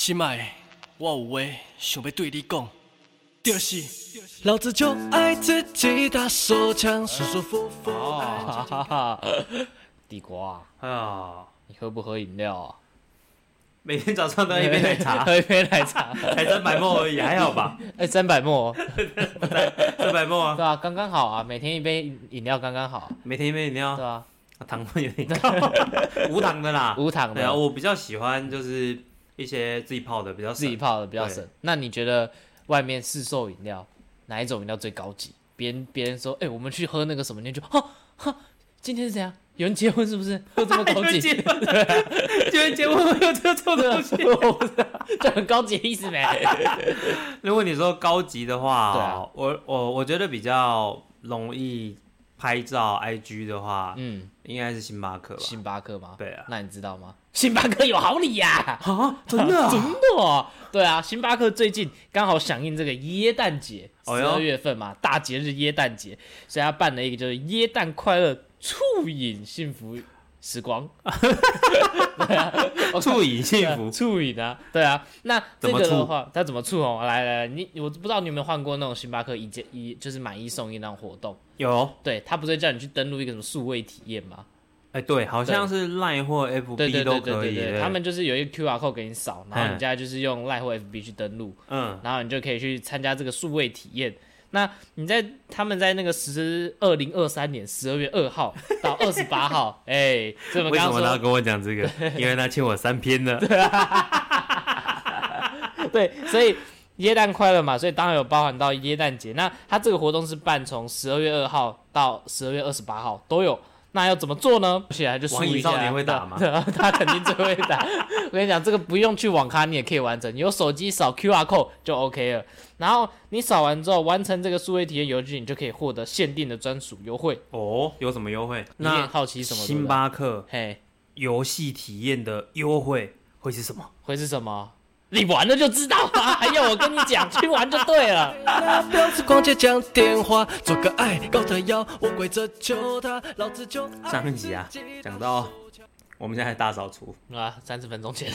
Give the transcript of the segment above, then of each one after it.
心爱，我有话想要对你讲，就是老子就爱自己打手枪，舒舒服服。 哈哈哈！地瓜， 哎呀， 你喝不喝饮料啊？ 每天早上都要一杯奶茶， 喝一杯奶茶， 才300ml而已，还好吧 300ml， ？300ml 啊， 对啊，刚刚好啊，每天一杯饮料刚刚好， 每天一杯饮料， 对啊， 糖分有点高，无糖的啦， 无糖的对啊，我比较喜欢就是一些自己泡的，比较省自己泡的比较省。那你觉得外面市售饮料哪一种饮料最高级？别人说，我们去喝那个什么，你就哈，今天是怎样？有人结婚是不是？喝这么高级？ 有人结婚会有这种东西， 就很高级的意思没？ 如果你说高级的话， 对啊， 我觉得比较容易拍照 IG 的话，应该是星巴克吧。 星巴克吗？ 对啊。 那你知道吗？星巴克有好礼呀！ 啊，真的啊？ 真的哦。对啊，星巴克最近刚好响应这个耶诞节，12月份嘛，大节日耶诞节，所以他办了一个就是耶诞快乐促饮幸福时光。对啊， 促饮幸福， 促饮啊，对啊。那这个的话，它怎么促哦？来，我不知道你有没有换过那种星巴克就是买一送一那种活动？ 有。 对，他不是叫你去登录一个什么数位体验吗？ 对，好像是 LINE 或 FB 都可以。 对，他们就是有一个 QR code 给你扫，然后你家就是用 LINE 或 FB 去登录，然后你就可以去参加这个数位体验。那他们在那个2023年12月2号到28号，为什么他要跟我讲这个？因为他欠我3篇呢。 对，所以耶诞快乐嘛，所以当然有包含到耶诞节。那他这个活动是办从12月2号到12月28号都有。那要怎么做呢？起来就输一下。 网瘾少年会打吗？ 他肯定最会打。我跟你讲，这个不用去网咖，你也可以完成。你有手机扫 QR code 就 OK 了。然后你扫完之后，完成这个数位体验游戏，你就可以获得限定的专属优惠。 哦，有什么优惠？ 你也好奇什么？ 星巴克游戏体验的优惠会是什么？ 会是什么？你玩了就知道了，还要我跟你讲，去玩就对了。 婊子逛街讲电话，做个爱高的腰，我跪着求他，老子就上一集啊，讲到我们现在大扫除啊，30分钟前，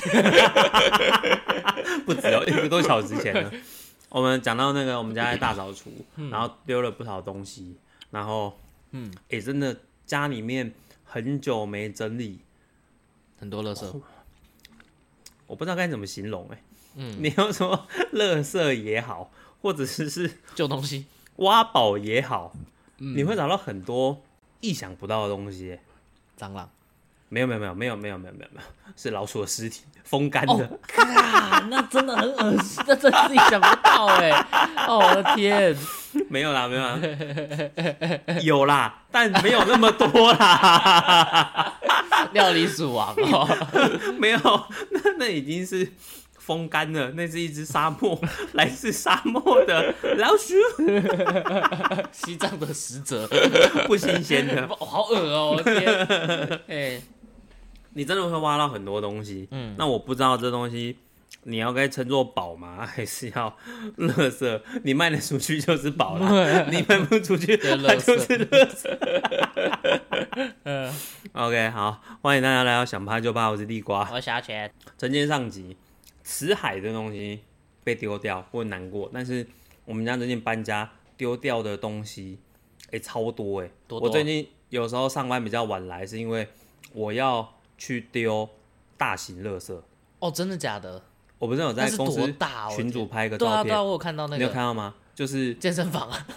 不止哦，1个多小时前了。我们讲到那个我们家在大扫除，然后丢了不少东西，然后真的家里面很久没整理， 很多垃圾。 我不知道该怎么形容你要说垃圾也好，或者是旧东西挖宝也好，你会找到很多意想不到的东西。 蟑螂？ 没有，是老鼠的尸体，风干的。 那真的很恶心，这真是意想不到我的天！ 没有啦，有啦，但没有那么多啦。 料理鼠王没有，那已经是风干了，那是一只来自沙漠的老鼠， 西藏的使者， 不新鲜的， 好恶哦！我的天， 你真的会挖到很多东西，那我不知道这东西你要该称作宝吗？还是要垃圾？你卖得出去就是宝啦，你卖不出去它就是垃圾。OK， 好，欢迎大家来到想怕就怕，我是地瓜， 我是小钱。 承接上集，辞海这东西被丢掉，我很难过。但是我们家最近搬家，丢掉的东西，超多多。我最近有时候上班比较晚来，是因为我要去丢大型垃圾。 哦，真的假的？ 我不是有在公司群组拍个照片， 对啊，我有看到那个， 你有看到吗？就是健身房啊，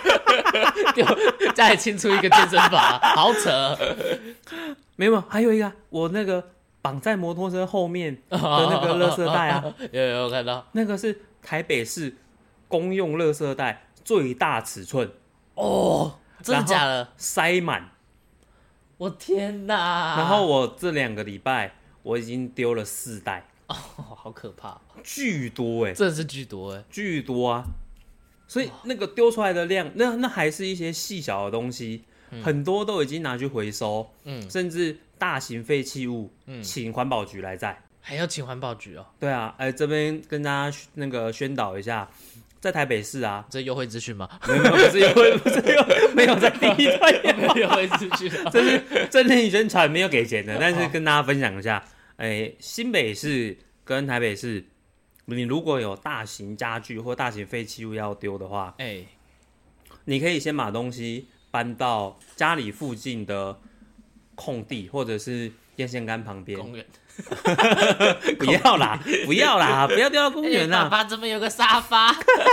家里清出一个健身房啊，好扯。 没有，还有一个我那个绑在摩托车后面的那个垃圾袋啊， 有看到， 那个是台北市公用垃圾袋最大尺寸哦，真的假的？ 塞满， 我天哪！ 然后我这2个礼拜我已经丢了4袋， 好可怕， 巨多真的是巨多巨多啊！所以那个丢出来的量，那还是一些细小的东西，很多都已经拿去回收，甚至大型废弃物，请环保局来载， 还要请环保局哦？ 对啊，这边跟大家那个宣导一下，在台北市啊， 这优惠资讯吗？ 没有，不是优惠，没有在第一段优惠资讯， 这是真正宣传，没有给钱的，但是跟大家分享一下，新北市跟台北市你如果有大型家具或大型废弃物要丢的话，你可以先把东西搬到家里附近的空地，或者是电线杆旁边。 公园。 不要啦，不要啦，不要丢到公园啦。 爸爸这边有个沙发。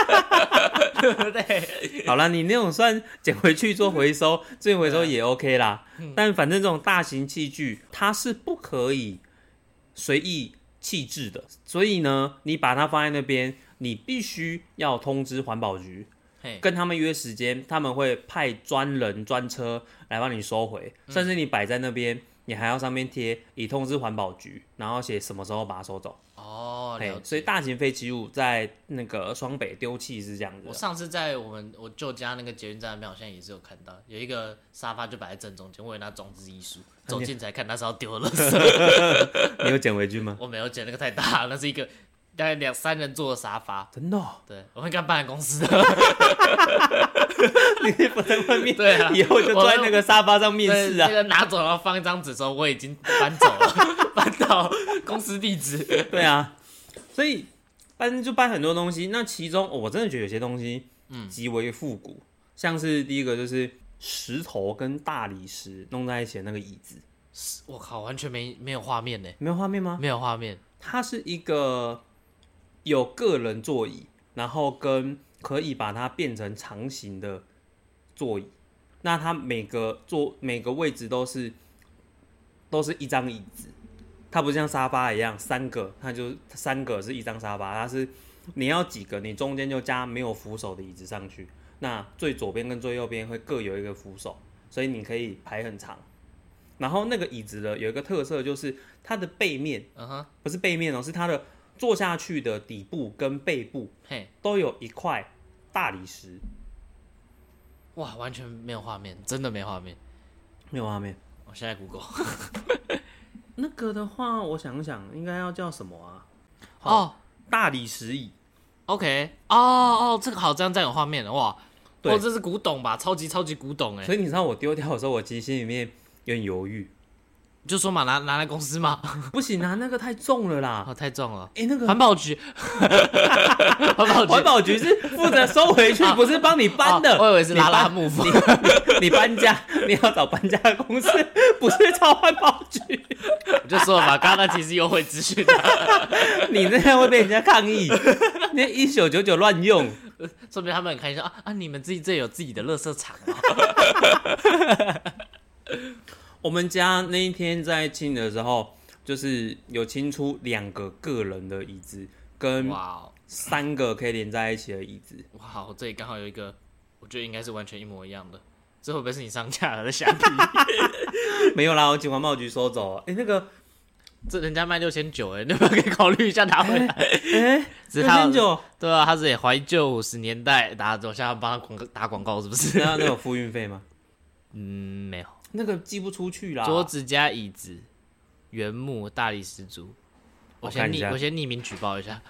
对。 好啦，你那种算捡回去做回收，资源回收也 OK 啦。但反正这种大型器具，它是不可以随意弃置的，所以呢，你把它放在那边，你必须要通知环保局，跟他们约时间，他们会派专人专车来帮你收回，甚至你摆在那边，你还要上面贴已通知环保局，然后写什么时候把它收走。 哦，了解。 所以大型废弃物在那个双北丢弃是这样子的。 我上次在我舅家那个捷运站那边好像也是有看到，有一个沙发就摆在正中间，我以为那装置艺术，走近才看那是要丢的垃圾。 你有捡回去吗？ 我没有捡，那个太大了，那是一个大概2-3人坐的沙发。 真的、哦？ 对，我会干办公室的。 你不在外面， 对啊， 以后就坐在那个沙发上面试啊。 那个拿走然后放一张纸说我已经搬走了，搬到公司地址。 对啊，所以搬很多东西。那其中、我真的觉得有些东西极为复古，像是第一个就是石头跟大理石弄在一起的那个椅子。 我靠，完全没有画面呢。 没有画面吗？ 没有画面。 它是一个有个人座椅，然后跟可以把它变成长形的座椅。那它每个位置都是一张椅子，它不像沙发一样3个，它就3个是一张沙发。它是你要几个，你中间就加没有扶手的椅子上去。那最左边跟最右边会各有一个扶手，所以你可以排很长。然后那个椅子的有一个特色，就是它的背面，不是背面哦，是它的坐下去的底部跟背部都有一块大理石。 哇，完全没有画面，真的没画面， 没有画面。 我现在 Google。 那个的话，我想想，应该要叫什么啊？大理石椅。 OK， 这个好，这样有画面了，哇！这是古董吧？超级古董哎！ 所以你知道我丢掉的时候，我其实心里面有点犹豫， 就说嘛，拿来公司嘛， 不行啊，那个太重了啦， 太重了。 那个环保局， 环保局是负责收回去，不是帮你搬的。 我以为是拉木夫。 你搬家，你要找搬家的公司，不是找环保局。 我就说了嘛，刚刚那其实优惠资讯。 你这样会被人家抗议，那1999乱用， 说明他们很开心啊！你们自己有自己的垃圾场我们家那一天在清的时候，就是有清出2个个人的椅子，跟3个可以连在一起的椅子。 哇，我这里刚好有一个，我觉得应该是完全一模一样的。这会不会是你上架了的虾皮？ 没有啦，我请环保局收走。那个这人家卖6900，你要不要可以考虑一下拿回来 ？6900， 对啊，他是也怀旧50年代，大家都想要帮他打广告，是不是？ 那有付运费吗？ 没有。 那个寄不出去啦。 桌子加椅子，原木大理石竹。我先匿名举报一下，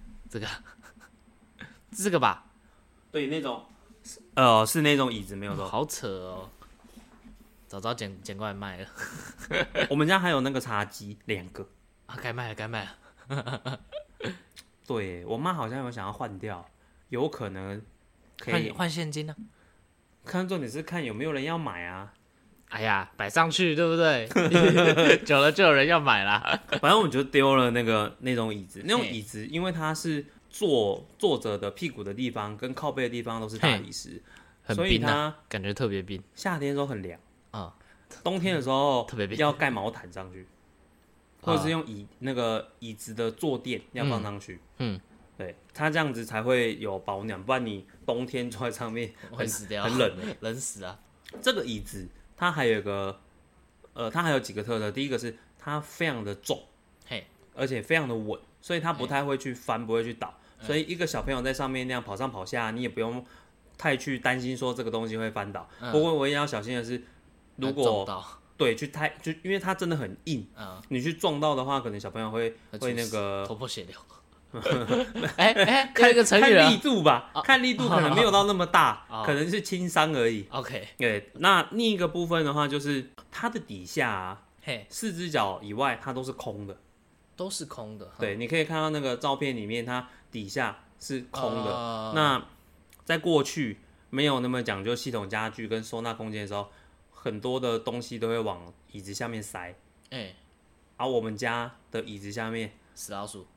这个吧？ 对，那种是那种椅子，没有错。 好扯哦，早捡过来卖了。 我们家还有那个茶几2个啊，该卖了。 对，我妈好像有想要换掉，有可能可以换现金呢？ 看重点是看有没有人要买啊。 哎呀，摆上去对不对？久了就有人要买啦。 反正我就丢了那种椅子，那种椅子因为它是坐着的屁股的地方跟靠背的地方都是大理石， 所以它感觉特别冰。 夏天的时候很凉冬天的时候特别冰，要盖毛毯上去，或者是用那个椅子的坐垫要放上去。对，它这样子才会有保暖，不然你冬天坐在上面会死掉， 很冷冷死啊！ 这个椅子它还有它还有几个特色，第一个是它非常的重，而且非常的稳，所以它不太会去翻，不会去倒，所以一个小朋友在上面那样跑上跑下，你也不用太去担心说这个东西会翻倒。不过我也要小心的是，如果对就因为它真的很硬，你去撞到的话，可能小朋友会那个头破血流。看一个成语了， 看力度吧，看力度可能没有到那么大，可能是轻伤而已。 OK， 对，那另一个部分的话，就是它的底下4只脚以外，它都是空的。 都是空的。 对，你可以看到那个照片里面，它底下是空的。那在过去没有那么讲究系统家具跟收纳空间的时候，很多的东西都会往椅子下面塞。而我们家的椅子下面死老鼠。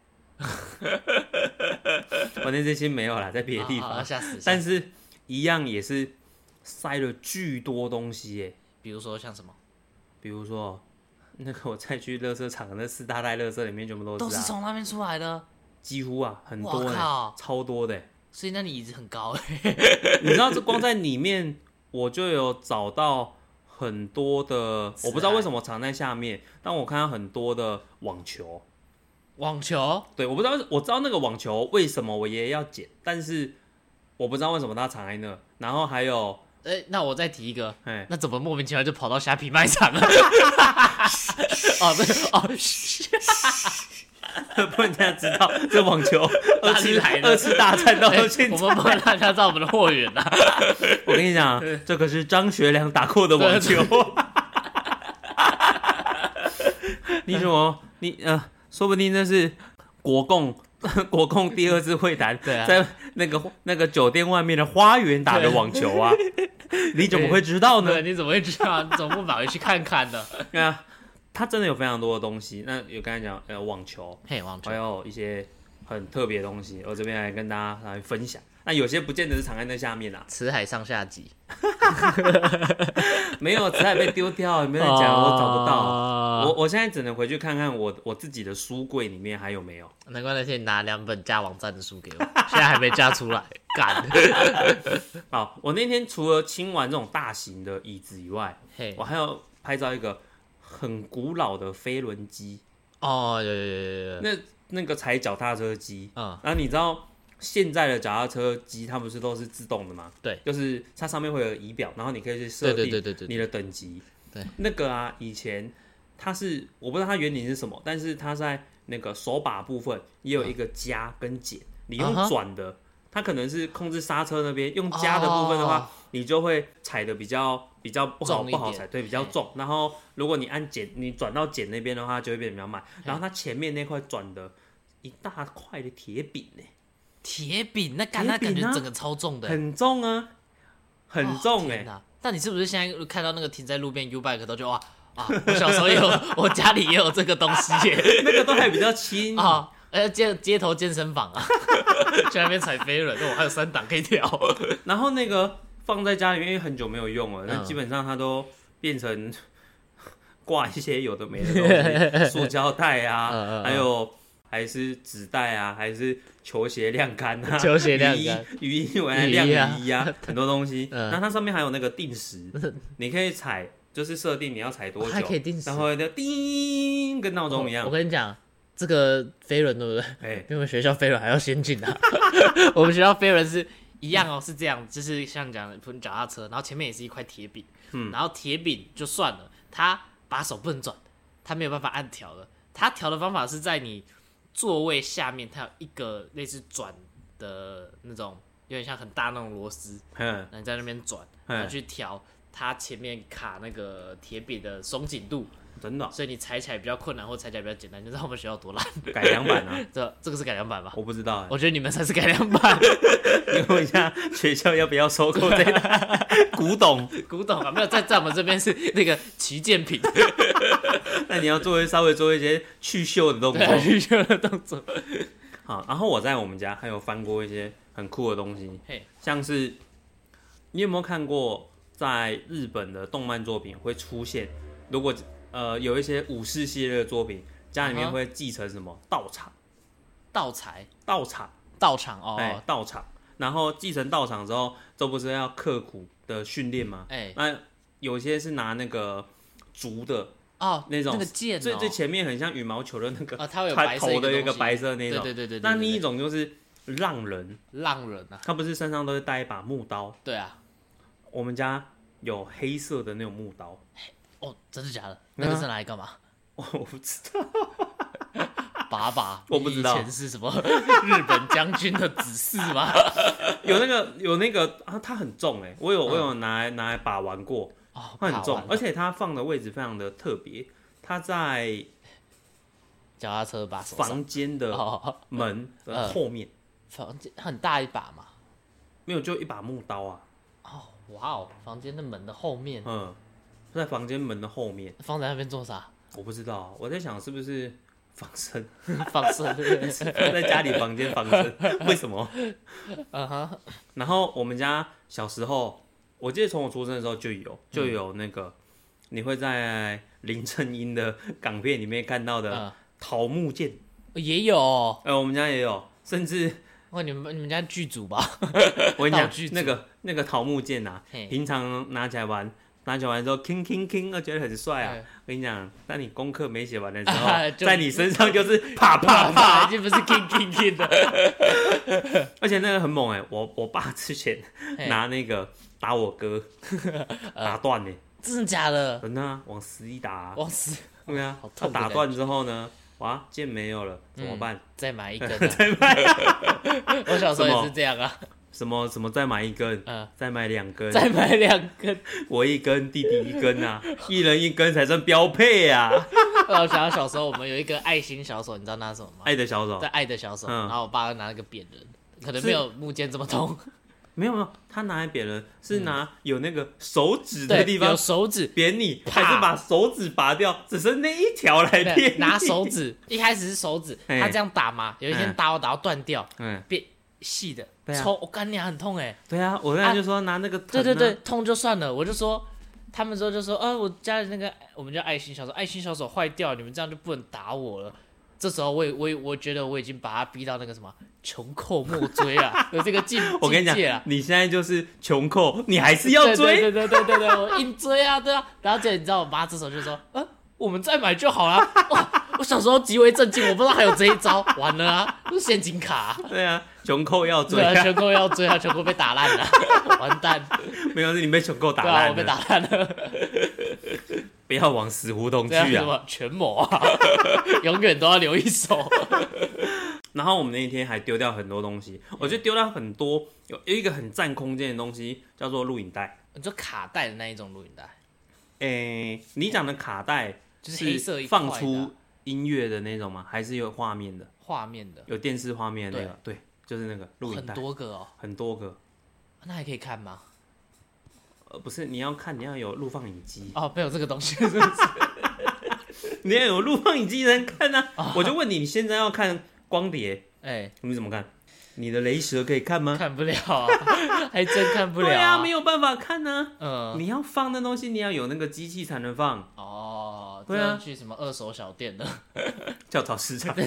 反正这些没有啦，在别的地方。 吓死！ 但是一样也是塞了巨多东西耶。 比如说像什么？ 比如说那个我再去垃圾场的那4大袋垃圾里面全部都是都是从那边出来的。 几乎啊，很多耶，超多的耶。 所以那你椅子很高哎。 你知道这光在里面我就有找到很多的，我不知道为什么藏在下面，但我看到很多的网球。 网球？ 对，我不知道，我知道那个网球为什么我爷爷要捡，但是我不知道为什么它藏在那。然后还有， 那我再提一个，那怎么莫名其妙就跑到虾皮卖场了？ 不能这样知道，这网球二次大战到现在， 我们不能让大家知道我们的货源啊。 我跟你讲，这可是张学良打过的网球。你什么？说不定那是国共第2次会谈，在那个酒店外面的花园打的网球啊。你怎么会知道呢？ 对，你怎么会知道？你怎么不买回去看看呢？ 对啊，它真的有非常多的东西。那有刚才讲网球， 网球， 还有一些很特别的东西，我这边来跟大家来分享。那有些不见得是藏在那下面啦。 辞海上下集。 没有，辞海被丢掉，没人讲，我找不到。我现在只能回去看看我自己的书柜里面还有没有。 难怪那天你拿2本加网站的书给我，现在还没加出来，干。 好，我那天除了清完这种大型的椅子以外，我还要拍照一个很古老的飞轮机。 有。 那个踩脚踏车机，然后你知道。现在的脚踏车机，它不是都是自动的吗？ 对， 就是它上面会有仪表，然后你可以去设定你的等级。 对， 那个啊，以前它是我不知道它原理是什么，但是它在那个手把部分也有一个加跟减，你用转的，它可能是控制刹车那边，用加的部分的话，你就会踩的比较不好踩，对，比较重。然后如果你按减，你转到减那边的话，就会变得比较慢。然后它前面那块转的一大块的铁饼呢。 铁饼，那感觉整个超重的， 很重啊，很重哎。 但你是不是现在看到那个停在路边 U-Bike 都就哇，我小时候也有，我家里也有这个东西耶。 那个都还比较轻啊，街头健身房啊，去那边踩飞轮，我还有3档可以跳。 然后那个放在家里面，因为很久没有用了，那基本上它都变成挂一些有的没的东西，塑胶袋啊，还是纸袋啊，还是球鞋晾干啊， 球鞋晾干， 雨衣我来晾雨衣啊，很多东西。那它上面还有那个定时，你可以踩，就是设定你要踩多久， 还可以定时， 然后就叮，跟闹钟一样。 我跟你讲，这个飞轮对不对？比我们学校飞轮还要先进啊。我们学校飞轮是一样哦，是这样，就是像讲的脚踏车，然后前面也是一块铁饼，然后铁饼就算了，它把手不能转，它没有办法按调的，它调的方法是在你座位下面，它有一个类似转的那种，有点像很大那种螺丝，你在那边转，然后去调它前面卡那个铁饼的松紧度。 真的， 所以你踩起来比较困难，或踩起来比较简单。你知道我们学校多烂？ 改良版啊？ 这个是改良版吧？ 我不知道， 我觉得你们才是改良版。 你问一下学校要不要收购这个古董啊？没有，在我们这边是那个旗舰品。 那你要稍微做一些去锈的动作。 对，去锈的动作。 好，然后我在我们家还有翻过一些很酷的东西，像是你有没有看过在日本的动漫作品会出现，如果有一些武士系列的作品，家里面会继承什么道场、 道材、 道场哦， 道场。然后继承道场之后，这不是要刻苦的训练吗？那有些是拿那个竹的那种， 那个剑最前面很像羽毛球的那个， 它会有头的一个白色那种。 对。 那另一种就是浪人啊， 他不是身上都会带一把木刀？ 对啊， 我们家有黑色的那种木刀。 真的假的？那个是拿来干嘛？ 我不知道。 把我不知道以前是什么日本将军的指示吗？ 有那个啊，它很重哎，我有拿来把玩过，它很重，而且它放的位置非常的特别，它在脚踏车把手上房间的门的后面， 房间很大一把嘛？ 没有，就一把木刀啊。 哦，哇哦，房间的门的后面， 在房间门的后面， 放在那边做啥？ 我不知道，我在想是不是防身， 放生对不对？ 在家里房间防身，为什么？然后我们家小时候，我记得从我出生的时候就有那个，你会在林正英的港片里面看到的桃木剑， 也有。 我们家也有，甚至哇，你们家剧组吧？ 我跟你讲，那个桃木剑啊，平常拿起来玩之后，king king king， 我觉得很帅啊。我跟你讲，当你功课没写完的时候，在你身上就是啪啪啪， 已经不是 king king king 了。 而且那个很猛哎，我爸之前拿那个打我哥，打断呢。 真的假的？ 真的啊，往死里打啊。 往死。 对啊，他打断之后呢，哇，剑没有了，怎么办？ 再买一根。 再买。 我小时候也是这样啊。 什么再买一根，再买2根， 再买2根， 我1根，弟弟1根啊，一人1根才算标配啊。 我想到小时候我们有一个爱心小手，你知道那是什么吗？ 爱的小手， 在爱的小手，然后我爸拿那个扁人，可能没有木剑这么痛。 没有，他拿来扁人是拿有那个手指的地方， 有手指扁你，还是把手指拔掉，只剩那一条来扁你。 拿手指，一开始是手指，他这样打嘛，有一天打我打到断掉，变细的，抽，我干娘很痛哎。 对啊，我刚才就说拿那个， 对，痛就算了，我就说，他们之后就说，我家的那个我们叫爱心小手坏掉，你们这样就不能打我了。这时候我觉得我已经把他逼到那个什么穷寇莫追啊，有这个境界啊。 我跟你讲，你现在就是穷寇，你还是要追。 对，我硬追啊，对啊。然后你知道我妈这时候就说，我们再买就好了。我小时候极为震惊，我不知道还有这一招，完了啊，是陷阱卡啊。 对啊，穷寇要追啊，穷寇要追啊，穷寇被打烂了，完蛋。 没有，是你被穷寇打烂了。 对啊，我被打烂了。 不要往死胡同去啊！ 全某啊，永远都要留一手。 然后我们那一天还丢掉很多东西，我觉得丢掉很多，有一个很占空间的东西叫做录影带， 就卡带的那一种录影带。 你讲的卡带就是黑色一块放出音乐的那种吗？还是有画面的？ 画面的， 有电视画面的那个，对，就是那个录影带。 很多个哦， 很多个。 那还可以看吗？ 不是，你要看，你要有录放影机哦，没有这个东西，是不是？ 你要有录放影机才能看啊！我就问你，你现在要看光碟，你怎么看？你的雷蛇可以看吗？ 看不了啊，还真看不了。 对啊，没有办法看啊。你要放的东西，你要有那个机器才能放。 哦， 对啊， 去什么二手小店的跳蚤市场。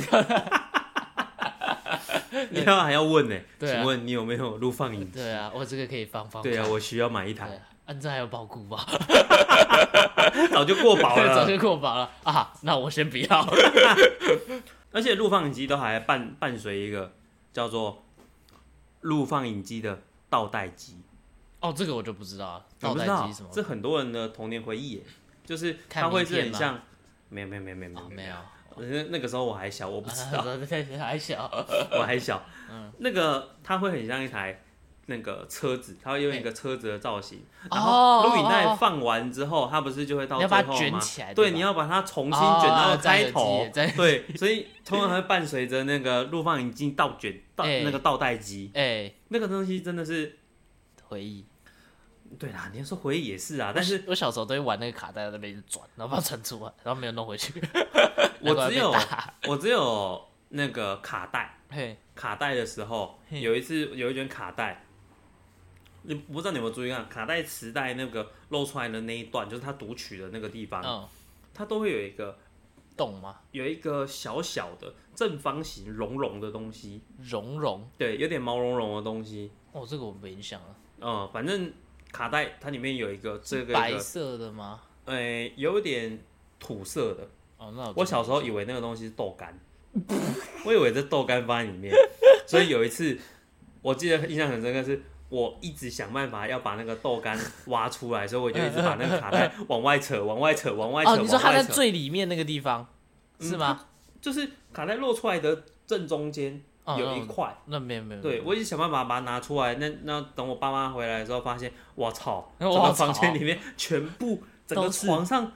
你还要问呢？请问你有没有录放影机？ 对啊，我这个可以放。 对啊，我需要买一台。 这还有保固吗？ 早就过保了， 早就过保了啊！那我先不要。 而且录放影机都还伴随一个叫做录放影机的倒带机。 哦，这个我就不知道了。倒带机什么？ 这很多人的童年回忆耶，就是它会是很像，没有。那个时候我还小，我不知道。 还小， 我还小。那个它会很像一台那个车子，它会用一个车子的造型。然后录影带放完之后，它不是就会到最后吗？ 你要把它卷起来。 对，你要把它重新卷到开头。对，所以通常会伴随着那个录放影机倒卷那个倒带机。那个东西真的是回忆。 对啦，你要说回忆也是啊，但是我小时候都会玩那个卡带在那边一直转，然后把它转出来，然后没有弄回去。 我只有那个卡带，卡带的时候有一次有一卷卡带，你不知道你有没有注意看，卡带磁带那个露出来的那一段，就是它读取的那个地方，它都会有一个洞吗？有一个小小的正方形绒绒的东西， 绒， 对，有点毛茸茸的东西。 哦，这个我没印象了。 反正卡带它里面有一个这个白色的吗？ 有点土色的。 那我小时候以为那个东西是豆干，我以为这豆干放在里面，所以有一次我记得印象很深刻，是我一直想办法要把那个豆干挖出来，所以我就一直把那个卡带往外扯。 你说它在最里面那个地方是吗？ 就是卡带露出来的正中间有一块。 那没有。 对，我一直想办法把它拿出来。那等我爸妈回来的时候，发现我操，整个房间里面全部整个床上。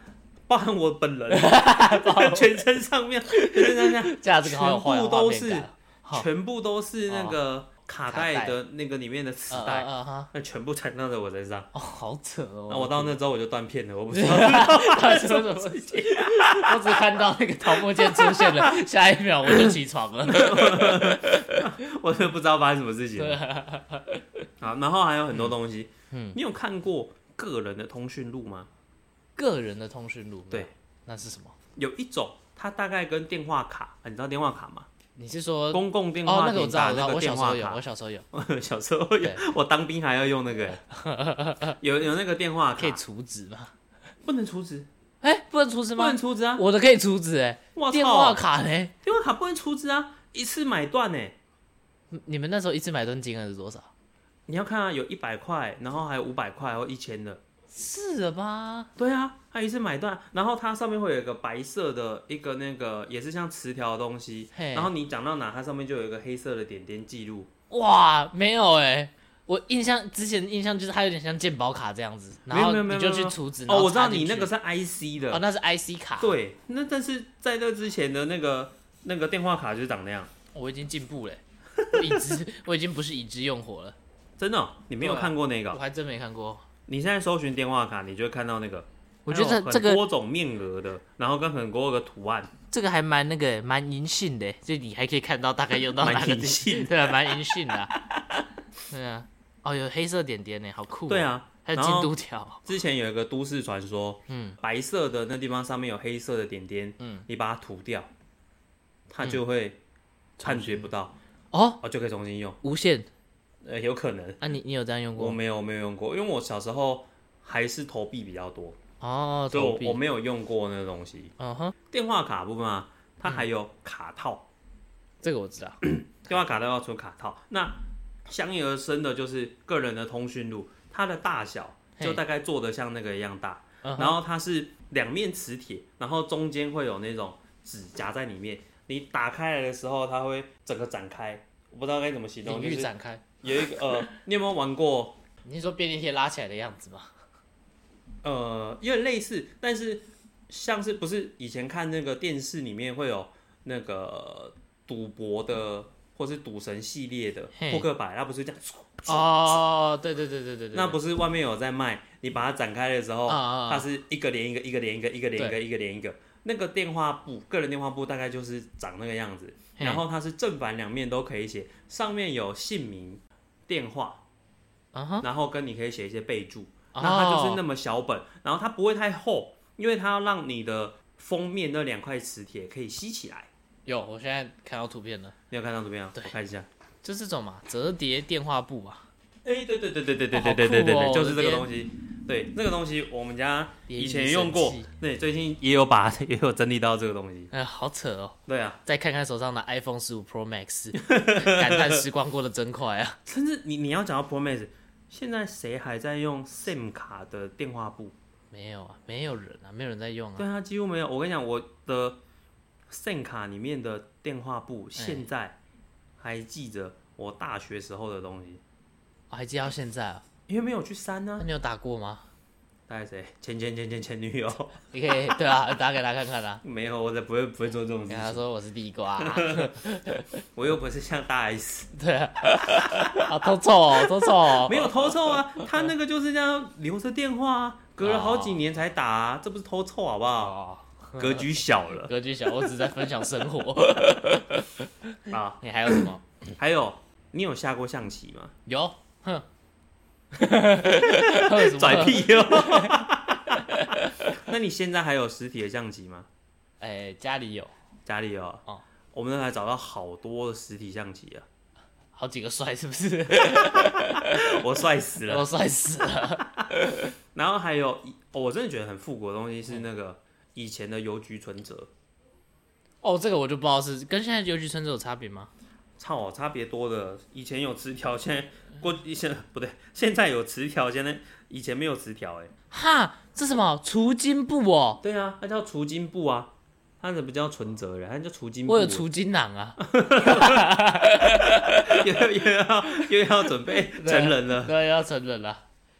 包含我本人，全身上面， 架这个好有画面感， 全部都是那个卡带的那个里面的磁带，那全部缠到在我身上。 好扯哦！ 那我到那之后我就断片了，我不知道发生什么事情。我只看到那个桃木剑出现了，下一秒我就起床了。 我就不知道发生什么事情了。好，然后还有很多东西。你有看过个人的通讯录吗？ 个人的通讯录， 对， 那是什么？ 有一种，它大概跟电话卡，你知道电话卡吗？ 你是说公共电话那个我知道， 我小时候有，我小时候有， 小时候有，我当兵还要用那个，有那个电话卡可以储值吗？ 不能储值， 不能储值吗？ 不能储值啊， 我的可以储值电话卡呢？ 电话卡不能储值啊，一次买断呢。 你们那时候一次买断金额是多少？ 你要看啊，有100块，然后还有500块或1000的。 是的吗？ 对啊，它一次买断，然后它上面会有一个白色的一个那个也是像磁条的东西，然后你讲到哪，它上面就有一个黑色的点点记录。 哇，没有我之前印象就是它有点像健保卡这样子，然后你就去储值。 我知道你那个是 IC 的， 那是 IC 卡。 对，那但是在这之前的那个电话卡就是长那样。 我已经进步了，我已经不是已知用火了。 真的你没有看过那个？ 我还真没看过。 你现在搜寻电话卡，你就会看到那个， 我觉得这个很多种面额的，然后跟很多个图案， 这个还蛮银杏的，就你还可以看到大概用到哪个地方，对啊，蛮银杏的，对啊，有黑色点点呢，好酷。 对啊， 还有进度条。 之前有一个都市传说，白色的那地方上面有黑色的点点，你把它涂掉，它就会判决不到，就可以重新用， 无限。 有可能你有这样用过？ 我没有用过，因为我小时候还是投币比较多所以我没有用过那个东西。电话卡部分啊，它还有卡套， 这个我知道。 电话卡都要出卡套，那相应而生的就是个人的通讯录，它的大小就大概做的像那个一样大，然后它是2面磁铁，然后中间会有那种纸夹在里面，你打开来的时候它会整个展开，我不知道该怎么形容， 领域展开。 有一个你有没有玩过？ 你是说便利贴拉起来的样子吗？ 有点类似，但是像是不是以前看那个电视里面会有那个赌博的，或是赌神系列的扑克牌，它不是这样？ 对， 那不是外面有在卖？你把它展开的时候，它是一个连一个，一个连一个，一个连一个，一个连一个。那个电话簿，个人电话簿大概就是长那个样子，然后它是正反2面都可以写，上面有姓名、电话，然后跟你可以写一些备注。那它就是那么小本，然后它不会太厚，因为它要让你的封面那2块磁铁可以吸起来。 我现在看到图片了。 你有看到图片啊？ 对， 我看一下， 就这种嘛，折叠电话簿啊。 对，就是这个东西。对，那个东西我们家以前用过，对，最近也有整理到这个东西。 好扯哦。 对啊， 再看看手上的 iPhone 15 Pro Max， 感叹时光过得真快啊。 甚至你要讲到 Pro Max， 现在谁还在用 SIM 卡的电话簿？ 没有啊，没有人啊，没有人在用啊。 对啊，几乎没有。我跟你讲，我的 SIM 卡里面的电话簿现在还记着我大学时候的东西。 还记到现在啊？ 因为没有去删啊。 那你有打过吗？ 大概谁？前女友。 你可以对啊，打给他看看啊。 没有，我才不会做这种事情。 跟他说我是地瓜， 我又不是像大 S。 对啊，偷臭哦。 没有偷臭啊，他那个就是这样留着电话啊，隔了好几年才打啊，这不是偷臭好不好？格局小了， 格局小，我只是在分享生活。 啊， 你还有什么？ 还有，你有下过象棋吗？ 有，哼。 拽屁哦！那你现在还有实体的象棋吗？ 家里有。 我们那还找到好多实体象棋啊， 好几个帅是不是？ 我帅死了， 我帅死了。 然后还有，我真的觉得很复古的东西是那个以前的邮局存折。 这个我就不知道是跟现在邮局存折有差别吗？ 差别多的。以前有磁条，不对，现在有磁条，以前没有磁条。 哈，这什么储金簿哦？ 对啊，它叫储金簿啊，它怎么叫存折了？它叫储金簿。 我有储金囊啊。 又要准备成人了。 对，要成人了。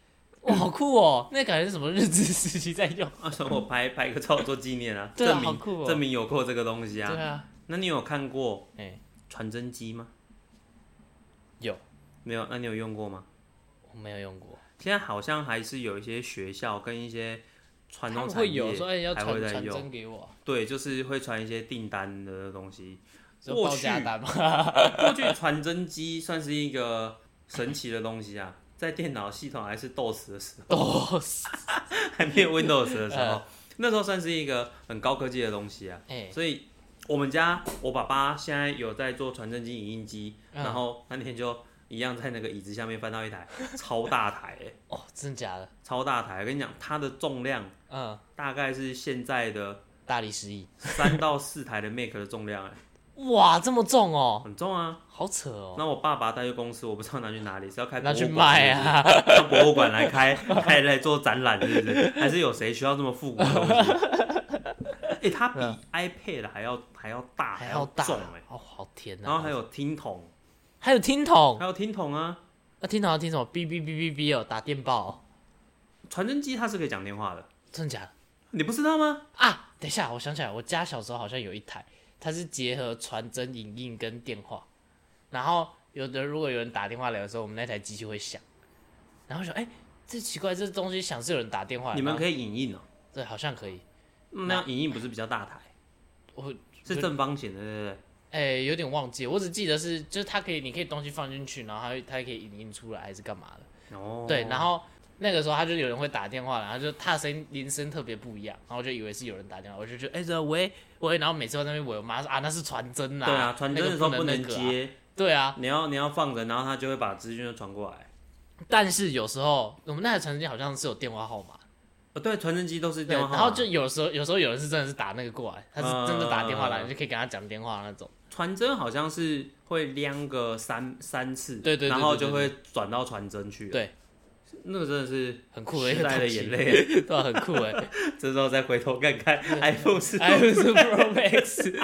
哇，好酷哦！那感觉是什么日治时期在用？ 所以我拍一个照做纪念啊， 对啊，好酷哦， 证明有过这个东西啊。 对啊。 那你有看过传真机吗？ 有。 没有？那你有用过吗？ 我没有用过。 现在好像还是有一些学校跟一些传统产业会有说要传真给我。 对，就是会传一些订单的东西。 报价单吗？ 过去传真机算是一个神奇的东西啊，在电脑系统还是 DOS 的时候还没有 Windows 的时候，那时候算是一个很高科技的东西啊。所以我爸爸现在有在做传真机、影印机，然后那天就一样在那个椅子下面翻到一台超大台哦，真的假的？ 超大台，我跟你讲，它的重量大概是现在的大力士翼 3到4台的 Mac 的重量哇，这么重哦， 很重啊， 好扯哦。 那我爸爸带去公司，我不知道拿去哪里，是要开拿去卖啊？ 到博物馆来开来做展览，是不是？还是有谁需要这么复古的东西？它比 iPad 还要大，还要重哦，好甜啊！ 然后还有听筒， 还有听筒啊！ 那听筒要听什么？哔哔哔哔哔哦，打电报。 传真机它是可以讲电话的， 真的假的？ 你不知道吗？ 啊，等一下，我想起来，我家小时候好像有一台。它是结合传真、影印跟电话，然后如果有人打电话来的时候，我们那台机器会响，然后说，这奇怪，这东西响是有人打电话来。 你们可以影印哦？ 对，好像可以。 那影印不是比较大台？是正方形的，对不对？有点忘记，我只记得就是它可以，你可以东西放进去，然后它可以影印出来，还是干嘛的？哦。对，然后。那个时候他就有人会打电话，然后就他的铃声特别不一样，然后我就以为是有人打电话，我就觉得这喂，然后每次在那边喂我妈说那是传真啊， 对啊，传真的时候不能接， 对啊， 你要放着，然后他就会把资讯传过来。 但是有时候我们那台传真机好像是有电话号码， 对，传真机都是电话号码， 然后就有时候有人是真的是打那个过来，他是真的打电话来，你就可以跟他讲电话那种。 传真好像是会亮个三次， 对， 然后就会转到传真去， 对。 那个真的是很酷的时代的眼泪， 对，很酷这时候再回头看看 iPhone Pro Max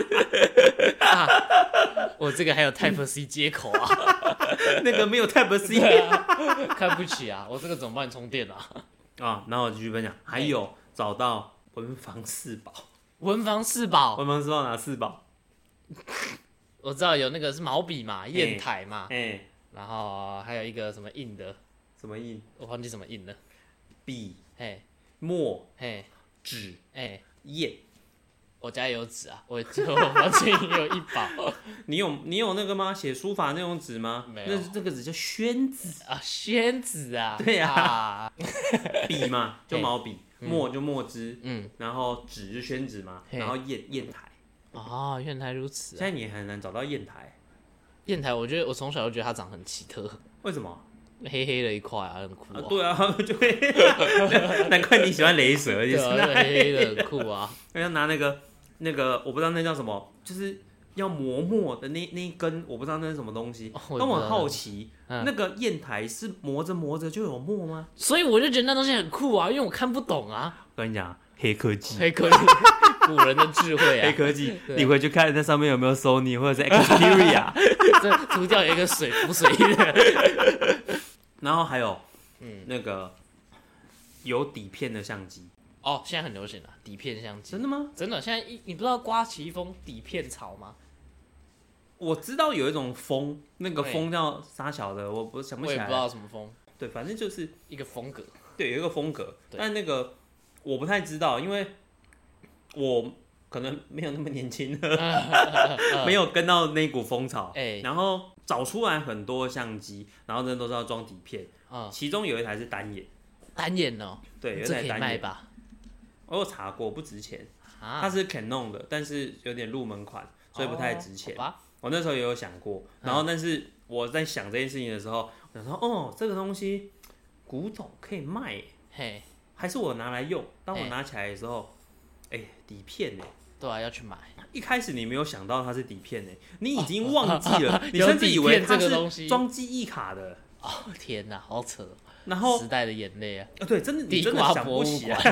我这个还有 Type C 接口啊， 那个没有 Type C 看不起啊，我这个怎么帮你充电啊？然后我继续分享，还有找到文房四宝， 文房四宝哪四宝？ 我知道有那个是毛笔嘛，砚台嘛，然后还有一个什么印的。 什么印？ 我忘记什么印了。 笔、墨、纸、砚。 我家也有纸啊，我房间也有一宝。 你有那个吗？写书法那种纸吗？ 没有。 那个纸叫宣纸啊，宣纸啊。 对呀。笔嘛，就毛笔；墨就墨汁。然后纸就宣纸嘛。然后砚台。 哦，原来如此。 现在你很难找到砚台。 砚台，我觉得我从小就觉得它长很奇特。 为什么？ 黑黑的一块啊，很酷啊。 对啊，就会，难怪你喜欢雷蛇， 对啊，黑黑的很酷啊。 要拿那个，我不知道那叫什么，就是要磨墨的那一根，我不知道那是什么东西。但我很好奇，那个砚台是磨着磨着就有墨吗？ 所以我就觉得那东西很酷啊，因为我看不懂啊。 我跟你讲，黑科技， 古人的智慧啊， 黑科技。你回去看那上面有没有 Sony 或者是 Xperia， 这涂掉有一个浮水印的。 然后还有，那个有底片的相机哦，现在很流行了底片相机。 真的吗？ 真的，现在你不知道刮起一风底片潮吗？ 我知道有一种风，那个风叫啥小的，我想不起来。 我也不知道什么风。 对，反正就是一个风格。 对，有一个风格，但那个我不太知道，因为我可能没有那么年轻，没有跟到那股风潮。然后找出来很多相机，然后那都是要装底片。其中有一台是单眼。 单眼哦。 对，有一台单眼。 这可以卖吧？ 我有查过，不值钱。它是 Canon 的，但是有点入门款，所以不太值钱。我那时候也有想过，然后但是我在想这件事情的时候，我想说，这个东西古董可以卖，还是我拿来用？当我拿起来的时候，底片对啊，要去买。 一开始你没有想到它是底片你已经忘记了，你甚至以为它是装记忆卡的。 哦，天哪，好扯！ 然后时代的眼泪啊！ 对，真的，你真的想不起来。